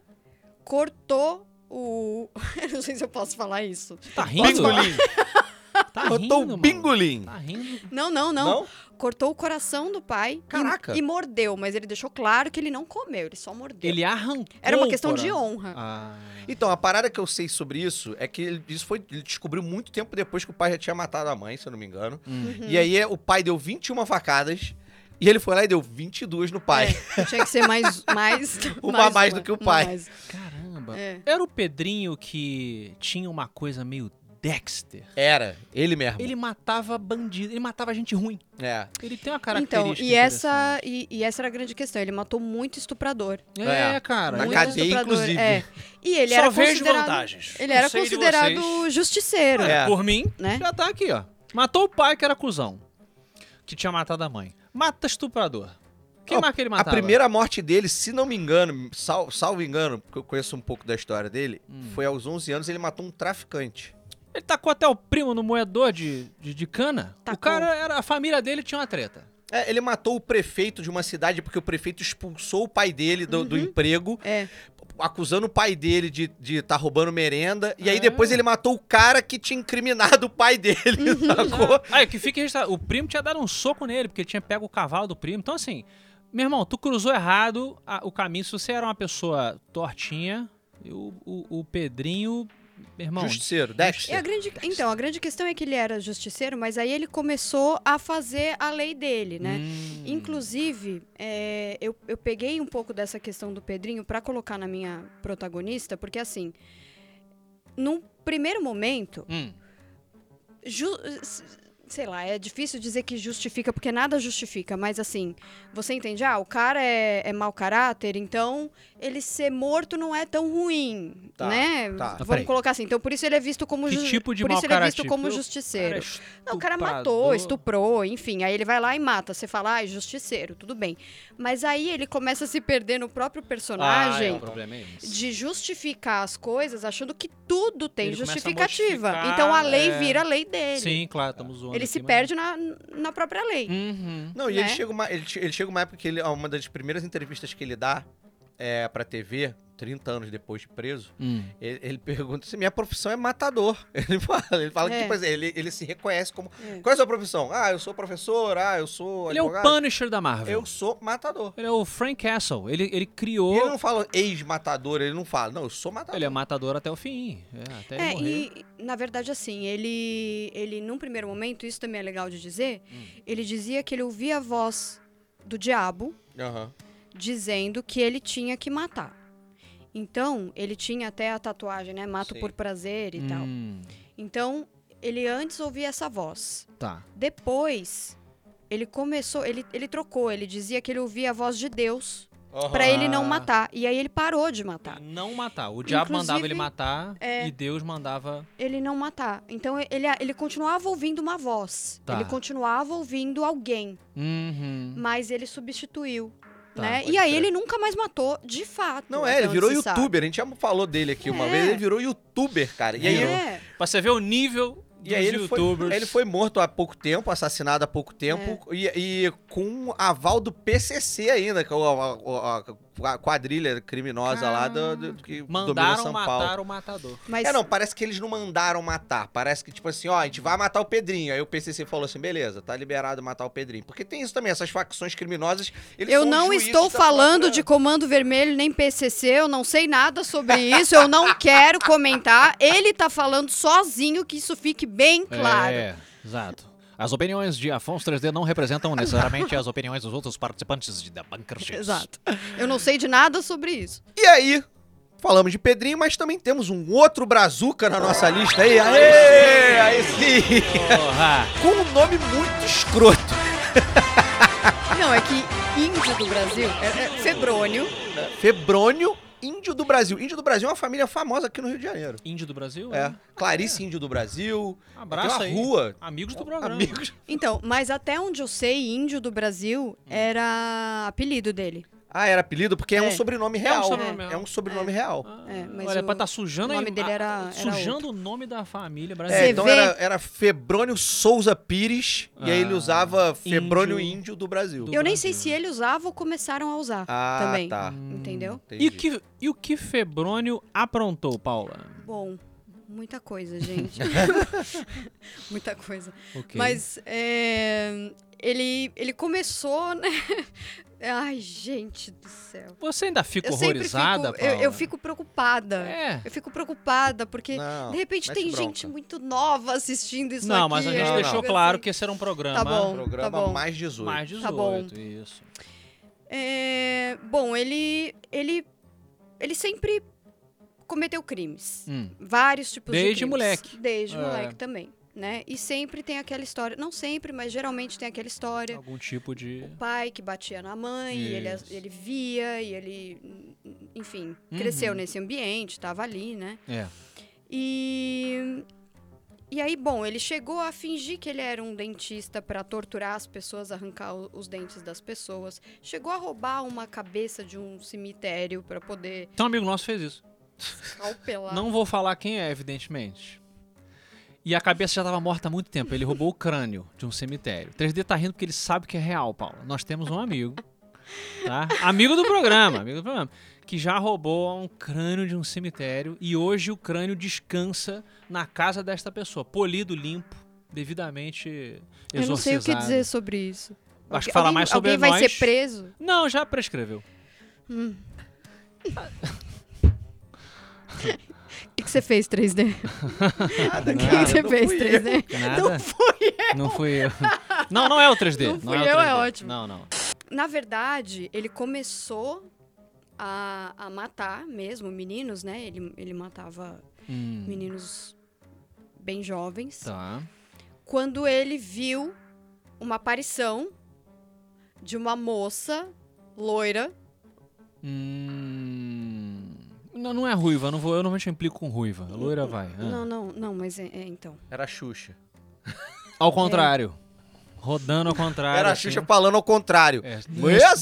[SPEAKER 3] cortou o... Eu não sei se eu posso falar isso.
[SPEAKER 1] Tá rindo?
[SPEAKER 2] Bingolim.
[SPEAKER 1] Tá
[SPEAKER 2] Eu
[SPEAKER 1] rindo,
[SPEAKER 2] tô
[SPEAKER 1] mano.
[SPEAKER 2] bingolim.
[SPEAKER 1] Tá rindo.
[SPEAKER 3] Não, não, não. Cortou o coração do pai e-
[SPEAKER 2] Caraca.
[SPEAKER 3] E, mordeu, mas ele deixou claro que ele não comeu, ele só mordeu.
[SPEAKER 1] Ele arrancou.
[SPEAKER 3] Era uma
[SPEAKER 1] o
[SPEAKER 3] questão de
[SPEAKER 1] coração.
[SPEAKER 3] honra.
[SPEAKER 1] Ah.
[SPEAKER 2] Então, a parada que eu sei sobre isso é que ele, isso foi, ele descobriu muito tempo depois que o pai já tinha matado a mãe, se eu não me engano.
[SPEAKER 1] Hum.
[SPEAKER 3] Uhum.
[SPEAKER 2] E aí o pai deu vinte e uma facadas e ele foi lá e deu vinte e duas no pai.
[SPEAKER 3] É, tinha que ser mais... mais
[SPEAKER 2] Uma a mais do
[SPEAKER 3] uma,
[SPEAKER 2] que o
[SPEAKER 3] uma
[SPEAKER 2] pai.
[SPEAKER 3] mais.
[SPEAKER 1] Caramba.
[SPEAKER 3] É.
[SPEAKER 1] Era o Pedrinho que tinha uma coisa meio Dexter.
[SPEAKER 2] Era, ele mesmo.
[SPEAKER 1] Ele matava bandido, ele matava gente ruim.
[SPEAKER 2] É.
[SPEAKER 1] Ele tem uma
[SPEAKER 3] Então,
[SPEAKER 1] característica
[SPEAKER 3] e essa, e, e essa era a grande questão. Ele matou muito estuprador.
[SPEAKER 1] É,
[SPEAKER 2] É,
[SPEAKER 1] cara.
[SPEAKER 2] na
[SPEAKER 1] ele-
[SPEAKER 3] muito
[SPEAKER 2] cadeia,
[SPEAKER 3] estuprador,
[SPEAKER 2] inclusive.
[SPEAKER 3] É. E ele
[SPEAKER 1] Só
[SPEAKER 3] era
[SPEAKER 1] vejo
[SPEAKER 3] considerado...
[SPEAKER 1] vantagens.
[SPEAKER 3] Ele
[SPEAKER 1] Não
[SPEAKER 3] era
[SPEAKER 1] sei de
[SPEAKER 3] considerado
[SPEAKER 1] vocês.
[SPEAKER 3] justiceiro,
[SPEAKER 2] É.
[SPEAKER 1] Por mim,
[SPEAKER 3] né?
[SPEAKER 1] já tá aqui, ó. Matou o pai, que era cuzão. Que tinha matado a mãe. Mata estuprador. Quem
[SPEAKER 2] Ó,
[SPEAKER 1] mais que ele
[SPEAKER 2] A
[SPEAKER 1] matava?
[SPEAKER 2] primeira morte dele, se não me engano, sal, salvo engano, porque eu conheço um pouco da história dele,
[SPEAKER 1] Hum.
[SPEAKER 2] foi aos onze anos ele matou um traficante.
[SPEAKER 1] Ele tacou até o primo no moedor de, de, de cana. O
[SPEAKER 3] Tacou.
[SPEAKER 1] cara, era, a família dele tinha uma treta.
[SPEAKER 2] É, ele matou o prefeito de uma cidade porque o prefeito expulsou o pai dele do, do emprego,
[SPEAKER 3] É.
[SPEAKER 2] acusando o pai dele de estar de tá roubando merenda. E aí
[SPEAKER 1] Ah.
[SPEAKER 2] depois ele matou o cara que tinha incriminado o pai dele,
[SPEAKER 3] Uhum.
[SPEAKER 2] sacou?
[SPEAKER 1] Aí, que fica registrado. O primo tinha dado um soco nele, porque ele tinha pego o cavalo do primo. Então, assim, meu irmão, tu cruzou errado a- o caminho. Se você era uma pessoa tortinha, e o, o, o Pedrinho, meu irmão...
[SPEAKER 2] Justiceiro,
[SPEAKER 3] E
[SPEAKER 2] Dexter.
[SPEAKER 3] a grande, então, a grande questão é que ele era justiceiro, mas aí ele começou a fazer a lei dele, né?
[SPEAKER 1] Hum.
[SPEAKER 3] Inclusive, é, eu, eu peguei um pouco dessa questão do Pedrinho pra colocar na minha protagonista, porque assim, num primeiro momento,
[SPEAKER 1] Hum.
[SPEAKER 3] ju- sei lá, é difícil dizer que justifica, porque nada justifica, mas assim, você entende? Ah, o cara é, é mau caráter, então ele ser morto não é tão ruim,
[SPEAKER 2] Tá,
[SPEAKER 3] né?
[SPEAKER 2] tá.
[SPEAKER 3] Vamos
[SPEAKER 1] Peraí.
[SPEAKER 3] colocar assim. Então, por isso ele é visto como
[SPEAKER 1] Que
[SPEAKER 3] ju-
[SPEAKER 1] tipo de
[SPEAKER 3] por
[SPEAKER 1] mau
[SPEAKER 3] isso ele é visto
[SPEAKER 1] caráter?
[SPEAKER 3] como
[SPEAKER 1] Eu-
[SPEAKER 3] justiceiro.
[SPEAKER 1] Cara,
[SPEAKER 3] Não, o cara
[SPEAKER 1] estuprador.
[SPEAKER 3] matou, estuprou, enfim. Aí ele vai lá e mata. Você fala, ah, justiceiro, tudo bem. Mas aí ele começa a se perder no próprio
[SPEAKER 1] Ah,
[SPEAKER 3] personagem
[SPEAKER 1] é, o problema é esse.
[SPEAKER 3] de justificar as coisas, achando que tudo tem
[SPEAKER 1] Ele começa a
[SPEAKER 3] justificativa.
[SPEAKER 1] modificar,
[SPEAKER 3] Então a lei
[SPEAKER 1] é.
[SPEAKER 3] vira a lei dele.
[SPEAKER 1] Sim, claro, estamos zoando
[SPEAKER 3] Ele
[SPEAKER 1] aqui,
[SPEAKER 3] se
[SPEAKER 1] mas-
[SPEAKER 3] perde na, na própria lei.
[SPEAKER 1] Uhum.
[SPEAKER 2] Não, e
[SPEAKER 3] né?
[SPEAKER 2] ele chega, uma, ele, che- ele chega uma época que ele, uma das primeiras entrevistas que ele dá é, pra T V, trinta anos depois de preso,
[SPEAKER 1] Hum.
[SPEAKER 2] ele, ele pergunta se minha profissão é matador. Ele fala, ele fala
[SPEAKER 3] É.
[SPEAKER 2] que, tipo assim, ele, ele se reconhece como...
[SPEAKER 3] É.
[SPEAKER 2] Qual é a sua profissão? Ah, eu sou professor, ah, eu sou
[SPEAKER 1] Ele é o
[SPEAKER 2] advogado.
[SPEAKER 1] Punisher da Marvel.
[SPEAKER 2] Eu sou matador.
[SPEAKER 1] Ele é o Frank Castle. Ele, ele
[SPEAKER 2] E
[SPEAKER 1] criou...
[SPEAKER 2] ele não fala ex-matador, ele não fala, não, eu sou matador.
[SPEAKER 1] Ele é matador até o fim. É, até ele
[SPEAKER 3] É,
[SPEAKER 1] morrer.
[SPEAKER 3] e na verdade, assim, ele, ele, num primeiro momento, isso também é legal de dizer,
[SPEAKER 1] Hum.
[SPEAKER 3] ele dizia que ele ouvia a voz do diabo
[SPEAKER 2] Aham.
[SPEAKER 3] dizendo que ele tinha que matar. Então, ele tinha até a tatuagem, né? Mato
[SPEAKER 2] Sim.
[SPEAKER 3] por prazer e tal.
[SPEAKER 1] Hum,
[SPEAKER 3] Então, ele antes ouvia essa voz.
[SPEAKER 1] tá.
[SPEAKER 3] Depois, ele começou, ele, ele trocou, ele dizia que ele ouvia a voz de Deus
[SPEAKER 2] Aham.
[SPEAKER 3] pra ele não matar. E aí ele parou de matar.
[SPEAKER 1] Não matar. O diabo
[SPEAKER 3] Inclusive,
[SPEAKER 1] mandava ele matar
[SPEAKER 3] é.
[SPEAKER 1] e Deus mandava...
[SPEAKER 3] Ele não matar. Então, ele, ele continuava ouvindo uma voz.
[SPEAKER 1] Tá.
[SPEAKER 3] Ele continuava ouvindo alguém.
[SPEAKER 1] Uhum.
[SPEAKER 3] Mas ele substituiu.
[SPEAKER 1] Tá,
[SPEAKER 3] né?
[SPEAKER 2] pode
[SPEAKER 3] E aí
[SPEAKER 2] crer.
[SPEAKER 3] ele nunca mais matou, de fato.
[SPEAKER 2] Não
[SPEAKER 3] até
[SPEAKER 2] é, ele
[SPEAKER 3] onde
[SPEAKER 2] virou
[SPEAKER 3] se sabe.
[SPEAKER 2] youtuber, a gente já falou dele aqui uma
[SPEAKER 3] É.
[SPEAKER 2] vez, ele virou youtuber, cara. E aí,
[SPEAKER 1] Virou.
[SPEAKER 2] ele,
[SPEAKER 3] É.
[SPEAKER 1] Pra você ver o nível dos
[SPEAKER 2] e aí ele, foi,
[SPEAKER 1] youtubers.
[SPEAKER 2] ele foi morto há pouco tempo, assassinado há pouco tempo,
[SPEAKER 3] É.
[SPEAKER 2] e, e com aval do P C C ainda, que é a, a- a quadrilha criminosa lá do, do, que domina
[SPEAKER 1] Mandaram
[SPEAKER 2] São
[SPEAKER 1] matar
[SPEAKER 2] Paulo.
[SPEAKER 1] o matador.
[SPEAKER 3] Mas
[SPEAKER 2] É, não, parece que eles não mandaram matar. Parece que, tipo assim, ó, a gente vai matar o Pedrinho. Aí o P C C falou assim, beleza, tá liberado matar o Pedrinho. Porque tem isso também, essas facções criminosas, eles
[SPEAKER 3] eu
[SPEAKER 2] são
[SPEAKER 3] não
[SPEAKER 2] juízes
[SPEAKER 3] estou
[SPEAKER 2] da
[SPEAKER 3] falando
[SPEAKER 2] própria-
[SPEAKER 3] de Comando Vermelho nem P C C, eu não sei nada sobre isso, eu não quero comentar. Ele tá falando sozinho, que isso fique bem claro.
[SPEAKER 1] É, exato. As opiniões de Afonso três D não representam necessariamente as opiniões dos outros participantes de The Bunker X.
[SPEAKER 3] Exato. Eu não sei de nada sobre isso.
[SPEAKER 2] E aí, falamos de Pedrinho, mas também temos um outro brazuca na nossa lista aí. Aê! Aí sim!
[SPEAKER 1] Porra.
[SPEAKER 2] Com um nome muito escroto.
[SPEAKER 3] Não, é que índio do Brasil é, é Febrônio.
[SPEAKER 2] Febrônio, Índio do Brasil. Índio do Brasil é uma família famosa aqui no Rio de Janeiro.
[SPEAKER 1] Índio do Brasil?
[SPEAKER 2] É. Clarice Índio do Brasil.
[SPEAKER 1] Abraço
[SPEAKER 2] Tem
[SPEAKER 1] aí.
[SPEAKER 2] uma rua.
[SPEAKER 1] Amigos do programa.
[SPEAKER 2] Amigos.
[SPEAKER 3] Então, mas até onde eu sei, índio do Brasil era apelido dele.
[SPEAKER 2] Ah, era apelido? Porque é, um
[SPEAKER 3] É.
[SPEAKER 2] sobrenome
[SPEAKER 1] É um
[SPEAKER 2] real.
[SPEAKER 1] sobrenome
[SPEAKER 2] É,
[SPEAKER 1] real.
[SPEAKER 2] um sobrenome real.
[SPEAKER 3] É, mas
[SPEAKER 1] Olha,
[SPEAKER 3] o-
[SPEAKER 1] pra tá sujando
[SPEAKER 3] o nome
[SPEAKER 1] aí,
[SPEAKER 3] dele
[SPEAKER 1] a-
[SPEAKER 3] era- era
[SPEAKER 1] sujando o nome da família
[SPEAKER 2] É,
[SPEAKER 1] brasileira.
[SPEAKER 2] então
[SPEAKER 3] vê?
[SPEAKER 2] era, era Febrônio Souza Pires. e aí ele
[SPEAKER 1] Ah,
[SPEAKER 2] usava Febrônio
[SPEAKER 1] Índio
[SPEAKER 2] Índio do Brasil.
[SPEAKER 1] do-
[SPEAKER 3] Eu nem sei
[SPEAKER 1] Brasil.
[SPEAKER 3] se ele usava ou começaram a usar
[SPEAKER 2] Ah,
[SPEAKER 3] também.
[SPEAKER 2] tá.
[SPEAKER 3] Entendeu?
[SPEAKER 1] E,
[SPEAKER 2] Entendi.
[SPEAKER 1] o que, e o que Febrônio aprontou, Paula?
[SPEAKER 3] Bom, muita coisa, gente. Muita coisa.
[SPEAKER 1] Ok.
[SPEAKER 3] Mas é, ele, ele começou, né? Ai, gente do céu.
[SPEAKER 1] Você ainda fica
[SPEAKER 3] Eu sempre
[SPEAKER 1] horrorizada,
[SPEAKER 3] fico, eu,
[SPEAKER 1] Paula?
[SPEAKER 3] eu fico preocupada.
[SPEAKER 1] É.
[SPEAKER 3] Eu fico preocupada, porque
[SPEAKER 2] Não,
[SPEAKER 3] de repente
[SPEAKER 2] mete
[SPEAKER 3] tem
[SPEAKER 2] bronca.
[SPEAKER 3] gente muito nova assistindo isso
[SPEAKER 1] Não,
[SPEAKER 3] aqui.
[SPEAKER 1] mas a gente
[SPEAKER 2] Não,
[SPEAKER 1] deixou
[SPEAKER 2] não.
[SPEAKER 1] claro que esse era um programa
[SPEAKER 3] Tá bom.
[SPEAKER 2] Programa
[SPEAKER 3] tá bom.
[SPEAKER 2] mais dezoito.
[SPEAKER 1] mais dezoito.
[SPEAKER 3] Tá bom.
[SPEAKER 1] Isso.
[SPEAKER 3] É, bom, ele, ele, ele sempre cometeu crimes.
[SPEAKER 1] Hum.
[SPEAKER 3] Vários tipos de
[SPEAKER 1] Desde
[SPEAKER 3] crimes.
[SPEAKER 1] moleque.
[SPEAKER 3] Desde
[SPEAKER 1] É.
[SPEAKER 3] moleque também, né? E sempre tem aquela história, não sempre, mas geralmente tem aquela história.
[SPEAKER 1] Algum tipo de...
[SPEAKER 3] O pai que batia na mãe, e ele,
[SPEAKER 1] Isso.
[SPEAKER 3] ele via, e ele, enfim,
[SPEAKER 1] Uhum.
[SPEAKER 3] cresceu nesse ambiente, estava ali, né?
[SPEAKER 1] É.
[SPEAKER 3] E... E aí, bom, ele chegou a fingir que ele era um dentista para torturar as pessoas, arrancar o- os dentes das pessoas. Chegou a roubar uma cabeça de um cemitério para poder
[SPEAKER 1] Então um amigo nosso fez isso.
[SPEAKER 3] calpelar.
[SPEAKER 1] Não vou falar quem é, evidentemente. E a cabeça já estava morta há muito tempo. Ele roubou o crânio de um cemitério. três D tá rindo porque ele sabe que é real, Paulo. Nós temos um amigo, tá? Amigo do programa, amigo do programa, que já roubou um crânio de um cemitério e hoje o crânio descansa na casa desta pessoa, polido, limpo, devidamente exorcizado.
[SPEAKER 3] Eu não sei o que dizer sobre isso.
[SPEAKER 1] Acho que
[SPEAKER 3] Algu-
[SPEAKER 1] falar
[SPEAKER 3] alguém,
[SPEAKER 1] mais sobre
[SPEAKER 3] alguém vai
[SPEAKER 1] nós-
[SPEAKER 3] ser preso?
[SPEAKER 1] Não, já prescreveu.
[SPEAKER 3] O que, que você fez, três D?
[SPEAKER 2] Nada,
[SPEAKER 3] O que,
[SPEAKER 2] cara,
[SPEAKER 3] que você
[SPEAKER 2] não
[SPEAKER 3] fez,
[SPEAKER 2] fui
[SPEAKER 3] três D?
[SPEAKER 1] Nada.
[SPEAKER 3] Não fui eu.
[SPEAKER 1] Não fui eu. Não, não é o três D.
[SPEAKER 3] Não fui
[SPEAKER 1] é o
[SPEAKER 3] eu, é
[SPEAKER 1] três D.
[SPEAKER 3] ótimo.
[SPEAKER 1] Não, não.
[SPEAKER 3] Na verdade, ele começou a, a matar mesmo meninos, né? Ele, ele matava
[SPEAKER 1] Hum,
[SPEAKER 3] meninos bem jovens.
[SPEAKER 1] tá.
[SPEAKER 3] quando ele viu uma aparição de uma moça loira.
[SPEAKER 1] Hum... Não, não é ruiva, não vou, eu normalmente implico com ruiva. A loira vai. Ah.
[SPEAKER 3] Não, não, não, mas é, é então.
[SPEAKER 2] Era a Xuxa.
[SPEAKER 1] Ao contrário. Rodando ao contrário.
[SPEAKER 2] Era a
[SPEAKER 1] assim.
[SPEAKER 2] Xuxa falando ao contrário.
[SPEAKER 1] É.
[SPEAKER 2] Mas-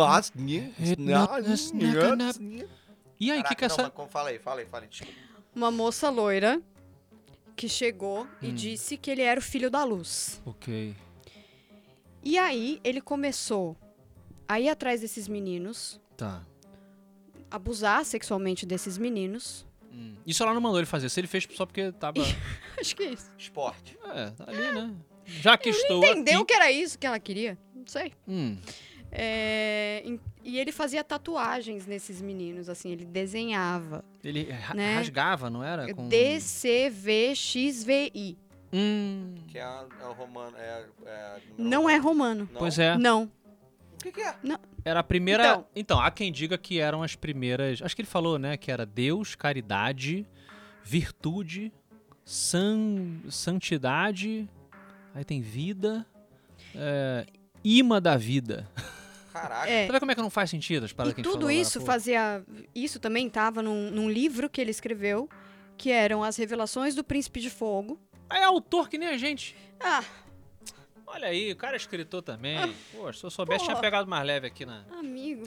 [SPEAKER 1] E aí, o que que essa...
[SPEAKER 2] Fala aí, fala aí, fala aí. desculpa.
[SPEAKER 3] Uma moça loira que chegou e
[SPEAKER 1] Hum.
[SPEAKER 3] disse que ele era o filho da luz.
[SPEAKER 1] Ok.
[SPEAKER 3] E aí ele começou a ir atrás desses meninos,
[SPEAKER 1] Tá.
[SPEAKER 3] abusar sexualmente desses meninos.
[SPEAKER 1] Hum. Isso ela não mandou ele fazer. Se ele fez só porque tava...
[SPEAKER 3] Acho que é isso.
[SPEAKER 2] Esporte.
[SPEAKER 1] É, tá ali, né? Já que estou
[SPEAKER 3] Entendeu
[SPEAKER 1] aqui...
[SPEAKER 3] que era isso que ela queria? Não sei.
[SPEAKER 1] Hum.
[SPEAKER 3] É, em- e ele fazia tatuagens nesses meninos, assim, ele desenhava.
[SPEAKER 1] Ele ra-
[SPEAKER 3] Né?
[SPEAKER 1] rasgava, não era? Com...
[SPEAKER 3] D C V X V I.
[SPEAKER 1] Hum.
[SPEAKER 2] Que é, é o romano. É, é,
[SPEAKER 3] Não é romano.
[SPEAKER 2] Não?
[SPEAKER 1] Pois é.
[SPEAKER 3] Não.
[SPEAKER 2] O que, que é?
[SPEAKER 1] Era a primeira...
[SPEAKER 3] Então.
[SPEAKER 1] Então, há quem diga que eram as primeiras... Acho que ele falou, né? Que era Deus, caridade, virtude, san... santidade... Aí tem vida... É... Ima da vida.
[SPEAKER 2] Caraca.
[SPEAKER 3] É.
[SPEAKER 1] Tá vendo como é que não faz sentido as
[SPEAKER 3] E
[SPEAKER 1] paradas que a gente
[SPEAKER 3] tudo
[SPEAKER 1] falou agora há
[SPEAKER 3] isso
[SPEAKER 1] pouco?
[SPEAKER 3] fazia. Isso também estava num, num livro que ele escreveu, que eram As Revelações do Príncipe de Fogo.
[SPEAKER 1] É autor que nem a gente.
[SPEAKER 3] Ah,
[SPEAKER 1] Olha aí, o cara é escritor também. Poxa, se eu soubesse,
[SPEAKER 3] porra.
[SPEAKER 1] tinha pegado mais leve aqui na...
[SPEAKER 3] amigo.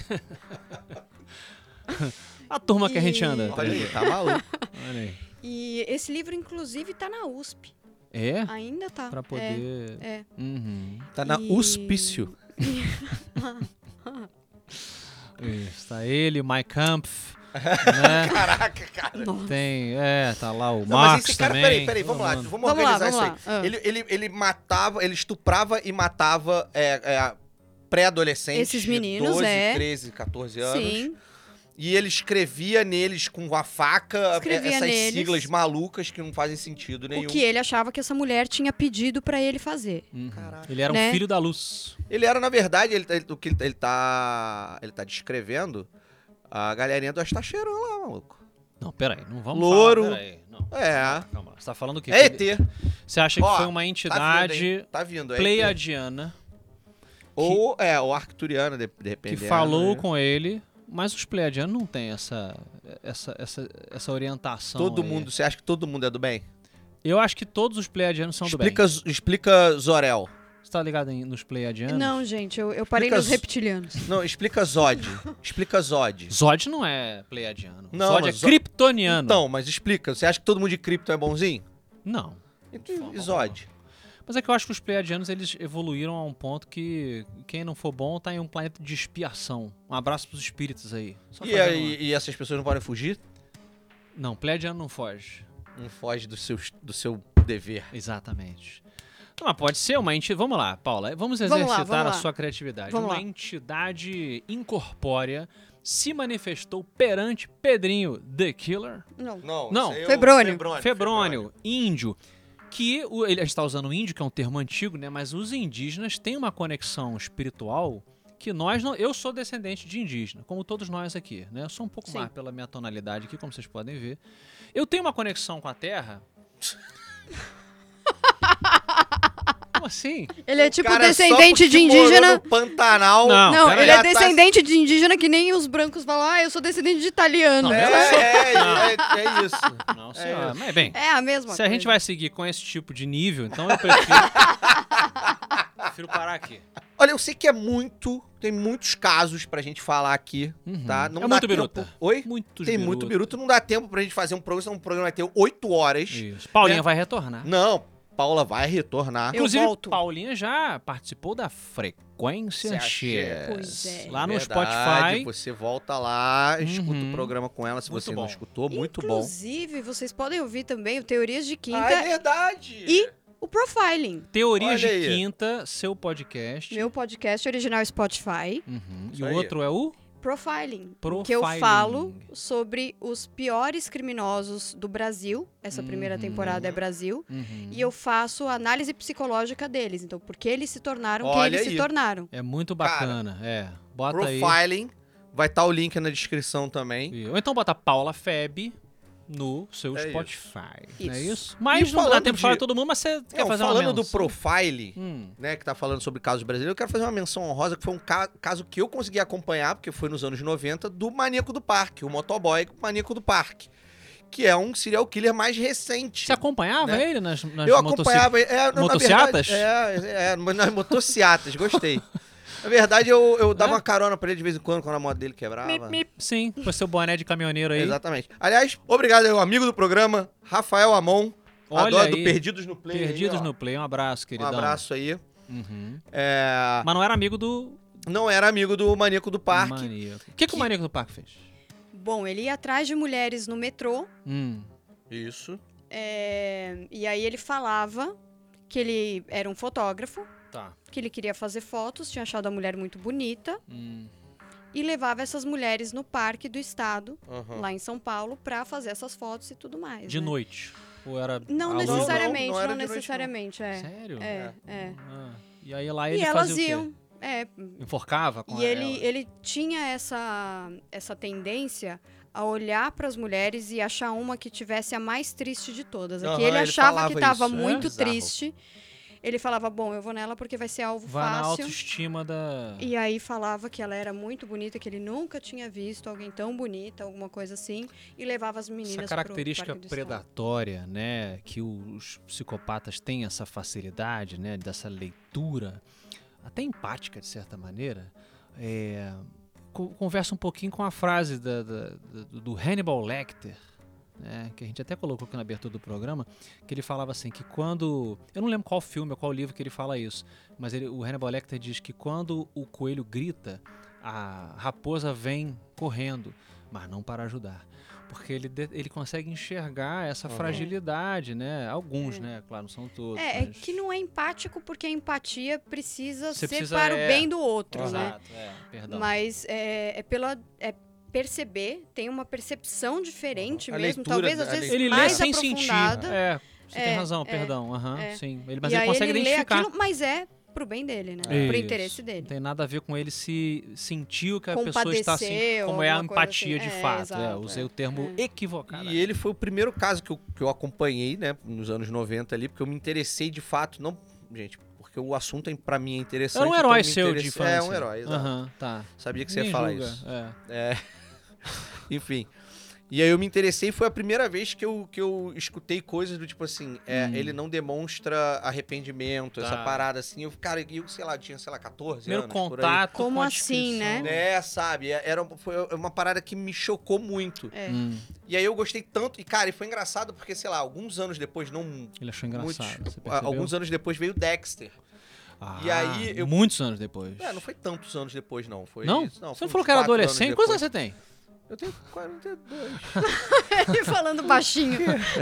[SPEAKER 1] A turma que a gente
[SPEAKER 3] E-
[SPEAKER 1] anda. tá
[SPEAKER 2] Olha aí,
[SPEAKER 1] ligado?
[SPEAKER 2] tá maluco.
[SPEAKER 1] Olha aí.
[SPEAKER 3] E esse livro, inclusive, tá na U S P.
[SPEAKER 1] É?
[SPEAKER 3] Ainda tá.
[SPEAKER 1] Pra poder...
[SPEAKER 3] É. é.
[SPEAKER 1] Uhum.
[SPEAKER 2] Tá na
[SPEAKER 3] E-
[SPEAKER 2] Uspício.
[SPEAKER 1] Isso, tá ele, Mike Kampf, né?
[SPEAKER 2] Caraca, cara.
[SPEAKER 3] Nossa.
[SPEAKER 1] Tem, é, tá lá o
[SPEAKER 2] Não, mas
[SPEAKER 1] Marx
[SPEAKER 2] esse cara,
[SPEAKER 1] também.
[SPEAKER 2] peraí, peraí, vamos lá,
[SPEAKER 1] Todo mundo.
[SPEAKER 2] vamos
[SPEAKER 3] Vamos lá,
[SPEAKER 2] organizar
[SPEAKER 3] vamos
[SPEAKER 2] isso
[SPEAKER 3] lá.
[SPEAKER 2] aí.
[SPEAKER 3] Ah.
[SPEAKER 2] Ele, ele, ele matava, ele estuprava e matava é, é, pré-adolescentes.
[SPEAKER 3] Esses
[SPEAKER 2] de
[SPEAKER 3] meninos,
[SPEAKER 2] doze,
[SPEAKER 3] é.
[SPEAKER 2] treze, catorze anos.
[SPEAKER 3] Sim.
[SPEAKER 2] E ele escrevia neles com a faca
[SPEAKER 3] Escrevia
[SPEAKER 2] essas
[SPEAKER 3] neles.
[SPEAKER 2] siglas malucas que não fazem sentido nenhum.
[SPEAKER 3] O que ele achava que essa mulher tinha pedido pra ele fazer.
[SPEAKER 1] Uhum.
[SPEAKER 2] Caraca.
[SPEAKER 1] Ele era um
[SPEAKER 3] Né?
[SPEAKER 1] filho da luz.
[SPEAKER 2] Ele era, na verdade, ele, ele- o que ele, ele tá. Ele tá descrevendo a galerinha do Astacheirão lá, maluco.
[SPEAKER 1] Não, peraí, não vamos
[SPEAKER 2] Louro.
[SPEAKER 1] falar, peraí. Não,
[SPEAKER 2] É.
[SPEAKER 1] calma, você tá falando o quê?
[SPEAKER 2] É
[SPEAKER 1] Que
[SPEAKER 2] E
[SPEAKER 1] ele-
[SPEAKER 2] T.
[SPEAKER 1] Você acha que
[SPEAKER 2] Ó,
[SPEAKER 1] foi uma
[SPEAKER 2] Tá vindo,
[SPEAKER 1] entidade
[SPEAKER 2] hein? Tá vindo, é E T.
[SPEAKER 1] pleiadiana
[SPEAKER 2] Ou, é, ou arcturiano, de,
[SPEAKER 1] que
[SPEAKER 2] dependendo.
[SPEAKER 1] falou
[SPEAKER 2] né?
[SPEAKER 1] com ele, mas os pleiadianos não têm essa, essa, essa, essa orientação
[SPEAKER 2] Todo
[SPEAKER 1] aí.
[SPEAKER 2] mundo, você acha que todo mundo é do bem?
[SPEAKER 1] Eu acho que todos os pleiadianos são
[SPEAKER 2] Explica,
[SPEAKER 1] do bem.
[SPEAKER 2] explica Zorel.
[SPEAKER 1] Você tá ligado em- nos pleiadianos?
[SPEAKER 3] Não, gente, eu, eu parei
[SPEAKER 2] Explica
[SPEAKER 3] nos
[SPEAKER 2] as-
[SPEAKER 3] reptilianos.
[SPEAKER 2] Não, explica Zod. Explica Zod.
[SPEAKER 1] Zod não é pleiadiano.
[SPEAKER 2] Não,
[SPEAKER 1] Zod é
[SPEAKER 2] mas Zo-
[SPEAKER 1] kryptoniano.
[SPEAKER 2] Então, mas explica. Você acha que todo mundo de cripto é bonzinho?
[SPEAKER 1] Não.
[SPEAKER 2] E Zod?
[SPEAKER 1] Mas é que eu acho que os pleiadianos eles evoluíram a um ponto que quem não for bom tá em um planeta de expiação. Um abraço pros espíritos aí. Só
[SPEAKER 2] E,
[SPEAKER 1] fazendo
[SPEAKER 2] aí, e essas pessoas não podem fugir?
[SPEAKER 1] uma- Não, pleiadiano não foge.
[SPEAKER 2] Não foge do seu, do seu dever.
[SPEAKER 1] Exatamente. Não, mas pode ser uma entidade. Vamos lá, Paula. Vamos
[SPEAKER 3] Vamos lá,
[SPEAKER 1] exercitar
[SPEAKER 3] vamos
[SPEAKER 1] a
[SPEAKER 3] lá.
[SPEAKER 1] sua criatividade.
[SPEAKER 3] Vamos
[SPEAKER 1] uma
[SPEAKER 3] lá.
[SPEAKER 1] entidade incorpórea se manifestou perante Pedrinho the Killer.
[SPEAKER 3] Não.
[SPEAKER 2] Não,
[SPEAKER 1] Não.
[SPEAKER 2] isso aí é o
[SPEAKER 3] Febrônio.
[SPEAKER 1] Febrônio, índio. Que o, ele, a gente está usando índio, que é um termo antigo, né? Mas os indígenas têm uma conexão espiritual que nós não. Eu sou descendente de indígena, como todos nós aqui, né? Eu sou um pouco
[SPEAKER 3] Sim.
[SPEAKER 1] mais pela minha tonalidade aqui, como vocês podem ver. Eu tenho uma conexão com a terra. Como assim?
[SPEAKER 3] Ele é tipo
[SPEAKER 2] Cara,
[SPEAKER 3] descendente
[SPEAKER 2] só
[SPEAKER 3] de
[SPEAKER 2] porque morou
[SPEAKER 3] indígena.
[SPEAKER 2] no Pantanal.
[SPEAKER 1] Não,
[SPEAKER 3] Não,
[SPEAKER 1] pera
[SPEAKER 3] ele
[SPEAKER 1] aí.
[SPEAKER 3] é descendente de indígena que nem os brancos falam, ah, eu sou descendente de italiano.
[SPEAKER 1] Não,
[SPEAKER 2] É,
[SPEAKER 1] eu sou-
[SPEAKER 2] é,
[SPEAKER 1] Não.
[SPEAKER 2] é, é isso.
[SPEAKER 1] Não, senhora. Mas bem,
[SPEAKER 3] É a mesma
[SPEAKER 1] se
[SPEAKER 3] coisa.
[SPEAKER 1] a gente vai seguir com esse tipo de nível, então eu prefiro. prefiro parar aqui.
[SPEAKER 2] Olha, eu sei que é muito. Tem muitos casos pra gente falar aqui,
[SPEAKER 1] Uhum.
[SPEAKER 2] tá?
[SPEAKER 1] É
[SPEAKER 2] dá
[SPEAKER 1] muito
[SPEAKER 2] tempo-
[SPEAKER 1] biruta.
[SPEAKER 2] Oi?
[SPEAKER 1] Muitos
[SPEAKER 2] Tem muito
[SPEAKER 1] biruta.
[SPEAKER 2] biruta, não dá tempo pra gente fazer um programa, senão um programa vai ter oito horas.
[SPEAKER 1] Isso. Paulinha
[SPEAKER 2] né?
[SPEAKER 1] vai retornar.
[SPEAKER 2] Não, Paula vai retornar.
[SPEAKER 3] Eu
[SPEAKER 1] Inclusive,
[SPEAKER 3] volto.
[SPEAKER 1] Paulinha já participou da Frequência
[SPEAKER 2] Você
[SPEAKER 1] X.
[SPEAKER 2] acha?
[SPEAKER 3] Pois é.
[SPEAKER 1] Lá no
[SPEAKER 2] Verdade,
[SPEAKER 1] Spotify.
[SPEAKER 2] Você volta lá, escuta
[SPEAKER 1] Uhum.
[SPEAKER 2] o programa com ela se
[SPEAKER 1] Muito
[SPEAKER 2] você
[SPEAKER 1] bom.
[SPEAKER 2] não escutou. Muito bom.
[SPEAKER 3] Inclusive, vocês podem ouvir também o Teorias de Quinta
[SPEAKER 2] Ah, é verdade!
[SPEAKER 3] e o Profiling.
[SPEAKER 1] Teorias de
[SPEAKER 2] Olha aí.
[SPEAKER 1] Quinta, seu podcast.
[SPEAKER 3] Meu podcast original Spotify.
[SPEAKER 1] Uhum. E
[SPEAKER 2] Isso
[SPEAKER 1] o
[SPEAKER 2] aí.
[SPEAKER 1] outro é o?
[SPEAKER 3] Profiling.
[SPEAKER 1] Profiling.
[SPEAKER 3] Que eu falo sobre os piores criminosos do Brasil. Essa primeira
[SPEAKER 1] Uhum.
[SPEAKER 3] temporada é Brasil.
[SPEAKER 1] Uhum.
[SPEAKER 3] E eu faço análise psicológica deles. Então, por que eles se tornaram quem
[SPEAKER 2] Olha
[SPEAKER 3] eles
[SPEAKER 2] aí.
[SPEAKER 3] se tornaram.
[SPEAKER 1] É muito bacana. é. Bota aí.
[SPEAKER 2] Profiling. Vai estar o link na descrição também.
[SPEAKER 1] E- Ou então bota Paula Feb. no seu
[SPEAKER 2] É
[SPEAKER 1] Spotify.
[SPEAKER 3] isso.
[SPEAKER 1] Não é isso? Mas
[SPEAKER 2] E
[SPEAKER 1] não dá
[SPEAKER 2] falando
[SPEAKER 1] tempo de
[SPEAKER 2] de-
[SPEAKER 1] falar todo mundo, mas você quer
[SPEAKER 2] Não,
[SPEAKER 1] fazer uma
[SPEAKER 2] falando do
[SPEAKER 1] menção?
[SPEAKER 2] Profile,
[SPEAKER 1] Hum,
[SPEAKER 2] né, que tá falando sobre casos brasileiros, eu quero fazer uma menção honrosa, que foi um ca- caso que eu consegui acompanhar, porque foi nos anos noventa, do Maníaco do Parque, o motoboy Maníaco do Parque, que é um serial killer mais recente.
[SPEAKER 1] você acompanhava
[SPEAKER 2] Né?
[SPEAKER 1] ele nas, nas
[SPEAKER 2] Eu
[SPEAKER 1] motocicletas?
[SPEAKER 2] acompanhava... É, na
[SPEAKER 1] Motociatas?
[SPEAKER 2] verdade, É, é, nas motociatas, gostei. Na verdade, eu, eu dava
[SPEAKER 1] É?
[SPEAKER 2] uma carona pra ele de vez em quando, quando a moto dele quebrava.
[SPEAKER 1] Mip, mip. Sim, com seu boné de caminhoneiro aí.
[SPEAKER 2] Exatamente. Aliás, obrigado ao amigo do programa, Rafael Amon,
[SPEAKER 1] Olha
[SPEAKER 2] adoro do
[SPEAKER 1] aí.
[SPEAKER 2] Perdidos no Play.
[SPEAKER 1] Perdidos
[SPEAKER 2] aí, ó.
[SPEAKER 1] no Play. Um abraço,
[SPEAKER 2] Um
[SPEAKER 1] queridão.
[SPEAKER 2] abraço aí.
[SPEAKER 1] Uhum.
[SPEAKER 2] É,
[SPEAKER 1] Mas não era amigo do
[SPEAKER 2] não era amigo do Maníaco do Parque.
[SPEAKER 1] Maníaco. O que, que o Maníaco do Parque fez?
[SPEAKER 3] Bom, ele ia atrás de mulheres no metrô,
[SPEAKER 1] Hum.
[SPEAKER 2] Isso.
[SPEAKER 3] é, e aí ele falava que ele era um fotógrafo,
[SPEAKER 1] Tá.
[SPEAKER 3] que ele queria fazer fotos, tinha achado a mulher muito bonita,
[SPEAKER 1] Hum.
[SPEAKER 3] e levava essas mulheres no parque do estado,
[SPEAKER 2] Aham.
[SPEAKER 3] lá em São Paulo, pra fazer essas fotos e tudo mais.
[SPEAKER 1] De
[SPEAKER 3] né?
[SPEAKER 1] noite? Ou era
[SPEAKER 3] Não
[SPEAKER 1] à luz?
[SPEAKER 3] necessariamente,
[SPEAKER 2] Não,
[SPEAKER 3] não,
[SPEAKER 2] não era de noite, não.
[SPEAKER 3] necessariamente, é.
[SPEAKER 1] Sério?
[SPEAKER 3] É, é.
[SPEAKER 1] Ah, e aí lá
[SPEAKER 3] E
[SPEAKER 1] ele
[SPEAKER 3] elas
[SPEAKER 1] fazia o quê?
[SPEAKER 3] iam, é,
[SPEAKER 1] Enforcava com
[SPEAKER 3] e ele,
[SPEAKER 1] ela?
[SPEAKER 3] ele tinha essa, essa tendência a olhar para as mulheres e achar uma que tivesse a mais triste de todas.
[SPEAKER 2] Aham,
[SPEAKER 3] Aqui ele
[SPEAKER 2] ele
[SPEAKER 3] achava
[SPEAKER 2] falava
[SPEAKER 3] que estava
[SPEAKER 2] isso, é
[SPEAKER 3] muito
[SPEAKER 2] bizarro.
[SPEAKER 3] triste. Ele falava, bom, eu vou nela porque vai ser alvo
[SPEAKER 1] Vai na
[SPEAKER 3] fácil.
[SPEAKER 1] autoestima da...
[SPEAKER 3] E aí falava que ela era muito bonita, que ele nunca tinha visto alguém tão bonita, alguma coisa assim, e levava as meninas
[SPEAKER 1] Essa
[SPEAKER 3] pro
[SPEAKER 1] característica
[SPEAKER 3] Parque do Estado.
[SPEAKER 1] predatória, né, que os psicopatas têm essa facilidade, né, dessa leitura, até empática de certa maneira, é, co- conversa um pouquinho com a frase da- da- da- do Hannibal Lecter, né, que a gente até colocou aqui na abertura do programa, que ele falava assim, que quando... Eu não lembro qual filme ou qual livro que ele fala isso, mas ele- o Hannibal Lecter diz que quando o coelho grita, a raposa vem correndo, mas não para ajudar. Porque ele, de- ele consegue enxergar essa
[SPEAKER 2] Uhum.
[SPEAKER 1] fragilidade, né? Alguns, né? Claro, não são todos.
[SPEAKER 3] É, é
[SPEAKER 1] mas...
[SPEAKER 3] que não é empático porque a empatia precisa
[SPEAKER 1] Você
[SPEAKER 3] ser
[SPEAKER 1] precisa,
[SPEAKER 3] para
[SPEAKER 1] é,
[SPEAKER 3] o bem do outro, né?
[SPEAKER 1] Exato, é, perdão.
[SPEAKER 3] Mas é, é pela é perceber, tem uma percepção diferente
[SPEAKER 2] A
[SPEAKER 3] mesmo,
[SPEAKER 2] leitura,
[SPEAKER 3] talvez
[SPEAKER 2] a
[SPEAKER 3] às vezes
[SPEAKER 2] leitura.
[SPEAKER 1] Ele lê
[SPEAKER 3] mais
[SPEAKER 1] sem sentir.
[SPEAKER 3] aprofundada.
[SPEAKER 1] É, você tem
[SPEAKER 3] É,
[SPEAKER 1] razão,
[SPEAKER 3] é,
[SPEAKER 1] perdão. aham,
[SPEAKER 3] é.
[SPEAKER 1] sim. Ele, mas
[SPEAKER 3] e
[SPEAKER 1] ele
[SPEAKER 3] aí
[SPEAKER 1] consegue
[SPEAKER 3] ele lê
[SPEAKER 1] identificar.
[SPEAKER 3] aquilo, mas é pro bem dele, né? Pro
[SPEAKER 1] Isso.
[SPEAKER 3] interesse dele.
[SPEAKER 1] Não tem nada a ver com ele se sentir o que a pessoa está assim,
[SPEAKER 3] Compadecer ou
[SPEAKER 1] como é a
[SPEAKER 3] alguma coisa
[SPEAKER 1] empatia
[SPEAKER 3] assim.
[SPEAKER 1] de
[SPEAKER 3] É,
[SPEAKER 1] fato. é,
[SPEAKER 3] exato,
[SPEAKER 1] usei
[SPEAKER 3] é.
[SPEAKER 1] o termo
[SPEAKER 3] É.
[SPEAKER 1] equivocado.
[SPEAKER 2] E ele foi o primeiro caso que eu, que eu acompanhei, né, nos anos noventa ali, porque eu me interessei de fato, não, gente, porque o assunto é, pra mim é interessante.
[SPEAKER 1] Era um
[SPEAKER 2] então
[SPEAKER 1] herói
[SPEAKER 2] me
[SPEAKER 1] seu de
[SPEAKER 2] interessei-
[SPEAKER 1] infância.
[SPEAKER 2] É, um herói, exato.
[SPEAKER 1] Aham, tá.
[SPEAKER 2] Sabia que você
[SPEAKER 1] Nem
[SPEAKER 2] ia falar
[SPEAKER 1] julga,
[SPEAKER 2] isso.
[SPEAKER 1] é.
[SPEAKER 2] É. Enfim. E aí eu me interessei e foi a primeira vez que eu, que eu escutei coisas do tipo assim, é,
[SPEAKER 1] Hum.
[SPEAKER 2] ele não demonstra arrependimento, essa
[SPEAKER 1] Tá.
[SPEAKER 2] parada assim. Eu, cara, eu, sei lá, tinha, sei lá, catorze
[SPEAKER 1] Primeiro
[SPEAKER 2] anos, por aí.
[SPEAKER 1] contato
[SPEAKER 3] Como
[SPEAKER 1] com a
[SPEAKER 3] assim,
[SPEAKER 1] descrição.
[SPEAKER 3] né?
[SPEAKER 2] É, sabe? Era, foi uma parada que me chocou muito.
[SPEAKER 3] É.
[SPEAKER 1] Hum,
[SPEAKER 2] E aí eu gostei tanto. E, cara, e foi engraçado porque, sei lá, alguns anos depois, não
[SPEAKER 1] ele achou engraçado.
[SPEAKER 2] muitos,
[SPEAKER 1] você
[SPEAKER 2] a-
[SPEAKER 1] percebeu?
[SPEAKER 2] alguns anos depois veio Dexter.
[SPEAKER 1] Ah,
[SPEAKER 2] e aí eu-
[SPEAKER 1] Muitos anos depois.
[SPEAKER 2] É, não foi tantos anos depois, não. Foi,
[SPEAKER 1] Não?
[SPEAKER 2] não
[SPEAKER 1] Você
[SPEAKER 2] foi
[SPEAKER 1] não
[SPEAKER 2] uns
[SPEAKER 1] falou que era
[SPEAKER 2] quatro anos
[SPEAKER 1] adolescente? Quantos anos
[SPEAKER 2] depois.
[SPEAKER 1] você tem?
[SPEAKER 2] Eu tenho quarenta e dois.
[SPEAKER 3] Ele falando baixinho.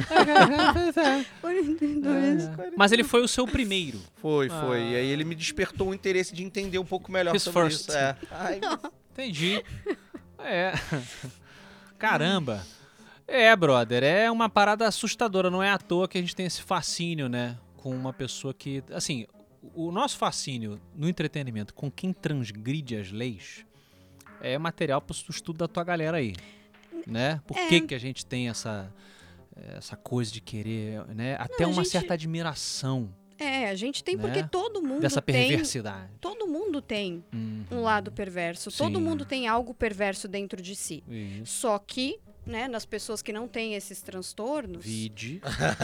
[SPEAKER 3] quarenta e dois.
[SPEAKER 1] É. Mas ele foi o seu primeiro.
[SPEAKER 2] Foi, foi.
[SPEAKER 1] Ah.
[SPEAKER 2] E aí ele me despertou o interesse de entender um pouco melhor
[SPEAKER 1] His
[SPEAKER 2] sobre
[SPEAKER 1] first.
[SPEAKER 2] isso. É. Ai,
[SPEAKER 1] Entendi. É. Caramba. É, brother, é uma parada assustadora. Não é à toa que a gente tem esse fascínio, né? Com uma pessoa que... Assim, o nosso fascínio no entretenimento com quem transgride as leis é material para o estudo da tua galera aí, né? Por
[SPEAKER 3] É.
[SPEAKER 1] que que a gente tem essa, essa coisa de querer, né? Até
[SPEAKER 3] a
[SPEAKER 1] uma
[SPEAKER 3] gente-
[SPEAKER 1] certa admiração
[SPEAKER 3] É, a gente tem
[SPEAKER 1] Né?
[SPEAKER 3] porque todo mundo
[SPEAKER 1] dessa
[SPEAKER 3] tem.
[SPEAKER 1] perversidade.
[SPEAKER 3] Todo mundo tem
[SPEAKER 1] Uhum.
[SPEAKER 3] um lado perverso. Todo
[SPEAKER 1] Sim.
[SPEAKER 3] mundo tem algo perverso dentro de si.
[SPEAKER 1] Isso.
[SPEAKER 3] Só que, né, nas pessoas que não têm esses transtornos.
[SPEAKER 1] Vide.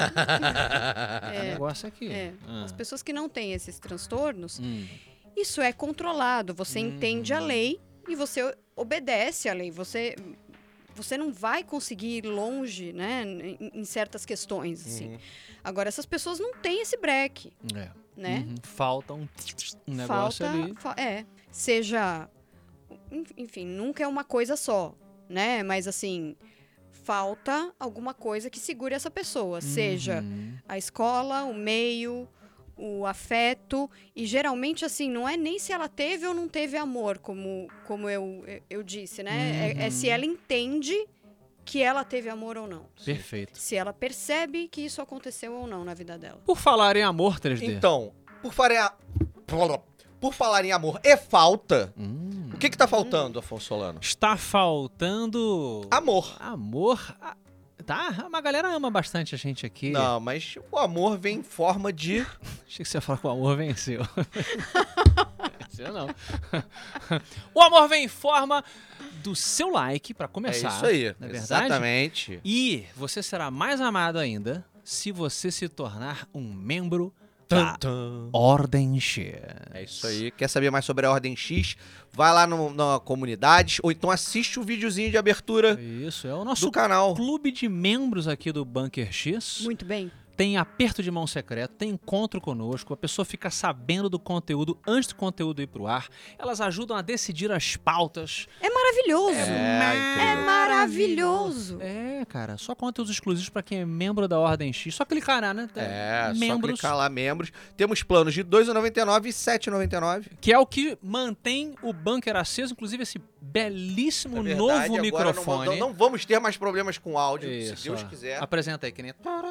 [SPEAKER 3] É,
[SPEAKER 1] O negócio aqui.
[SPEAKER 3] é,
[SPEAKER 1] Ah.
[SPEAKER 3] as pessoas que não têm esses transtornos,
[SPEAKER 1] Hum.
[SPEAKER 3] isso é controlado. Você
[SPEAKER 1] Uhum.
[SPEAKER 3] entende a lei e você obedece à lei. Você, você não vai conseguir ir longe, né, em, em certas questões, assim.
[SPEAKER 2] Uhum.
[SPEAKER 3] Agora, essas pessoas não têm esse break,
[SPEAKER 1] É.
[SPEAKER 3] né?
[SPEAKER 1] Uhum. Falta um, um negócio
[SPEAKER 3] Falta,
[SPEAKER 1] ali.
[SPEAKER 3] fa- é, seja, en- enfim, nunca é uma coisa só, né? Mas assim, falta alguma coisa que segure essa pessoa, seja
[SPEAKER 1] Uhum.
[SPEAKER 3] a escola, o meio, o afeto, e geralmente assim, não é nem se ela teve ou não teve amor, como, como eu, eu- eu disse, né? É, é se
[SPEAKER 1] Uhum.
[SPEAKER 3] ela entende que ela teve amor ou não.
[SPEAKER 1] Perfeito.
[SPEAKER 3] Se ela percebe que isso aconteceu ou não na vida dela.
[SPEAKER 1] Por falar em amor três D.
[SPEAKER 2] Então, por falar, por falar em amor e falta,
[SPEAKER 1] Hum.
[SPEAKER 2] o que que tá faltando, Afonso Solano?
[SPEAKER 1] Está faltando
[SPEAKER 2] Amor.
[SPEAKER 1] amor. Ah, Tá, uma galera ama bastante a gente aqui.
[SPEAKER 2] Não, mas o amor vem em forma de...
[SPEAKER 1] Achei que você ia falar que o amor venceu. Venceu não. O amor vem em forma do seu like, pra começar.
[SPEAKER 2] É isso aí,
[SPEAKER 1] não é verdade?
[SPEAKER 2] exatamente.
[SPEAKER 1] E você será mais amado ainda se você se tornar um membro da Ordem X.
[SPEAKER 2] É isso aí. Quer saber mais sobre a Ordem X? Vai lá no, na comunidade, ou então assiste o videozinho de abertura
[SPEAKER 1] Isso, é o nosso
[SPEAKER 2] do canal.
[SPEAKER 1] clube de membros aqui do Bunker X.
[SPEAKER 3] Muito bem.
[SPEAKER 1] Tem aperto de mão secreto, tem encontro conosco, a pessoa fica sabendo do conteúdo antes do conteúdo ir pro ar. Elas ajudam a decidir as pautas.
[SPEAKER 3] É maravilhoso.
[SPEAKER 2] É,
[SPEAKER 3] É,
[SPEAKER 2] incrível.
[SPEAKER 3] maravilhoso.
[SPEAKER 1] É, cara, só conteúdos exclusivos pra quem é membro da Ordem X. Só clicar lá, né?
[SPEAKER 2] É,
[SPEAKER 1] membros,
[SPEAKER 2] só clicar lá, membros. Temos planos de dois reais e noventa e nove centavos e sete reais e noventa e nove centavos.
[SPEAKER 1] que é o que mantém o bunker aceso, inclusive esse belíssimo
[SPEAKER 2] É verdade,
[SPEAKER 1] novo
[SPEAKER 2] agora
[SPEAKER 1] microfone.
[SPEAKER 2] Não, não, não vamos ter mais problemas com áudio,
[SPEAKER 1] Isso,
[SPEAKER 2] se Deus
[SPEAKER 1] ó.
[SPEAKER 2] quiser.
[SPEAKER 1] Apresenta aí, que nem...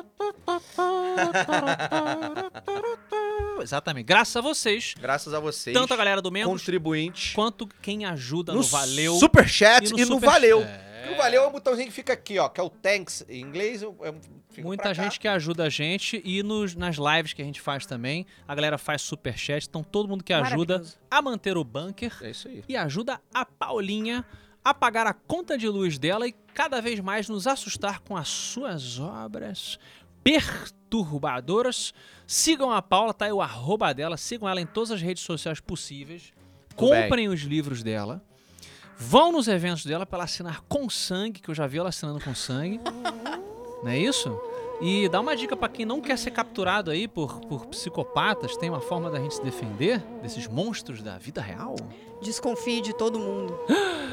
[SPEAKER 1] Exatamente. Graças a vocês,
[SPEAKER 2] Graças a vocês,
[SPEAKER 1] tanto a galera do membros,
[SPEAKER 2] contribuintes,
[SPEAKER 1] quanto quem ajuda no, Valeu.
[SPEAKER 2] Superchat e no,
[SPEAKER 1] super-
[SPEAKER 2] Valeu.
[SPEAKER 1] É.
[SPEAKER 2] E o Valeu é o botãozinho que fica aqui, ó, que é o Thanks em inglês. É, fica
[SPEAKER 1] Muita
[SPEAKER 2] pra cá.
[SPEAKER 1] gente que ajuda a gente e nos, nas lives que a gente faz também, a galera faz superchat, então todo mundo que ajuda
[SPEAKER 3] Maravilhoso.
[SPEAKER 1] a manter o bunker
[SPEAKER 2] É isso aí.
[SPEAKER 1] e ajuda a Paulinha a pagar a conta de luz dela e cada vez mais nos assustar com as suas obras perturbadoras. Sigam a Paula, tá aí o arroba dela, sigam ela em todas as redes sociais possíveis,
[SPEAKER 2] Muito bem.
[SPEAKER 1] comprem os livros dela, vão nos eventos dela pra ela assinar com sangue, que eu já vi ela assinando com sangue, não é isso? E dá uma dica pra quem não quer ser capturado aí por, por psicopatas, tem uma forma da gente se defender desses monstros da vida real?
[SPEAKER 3] Desconfie de todo mundo.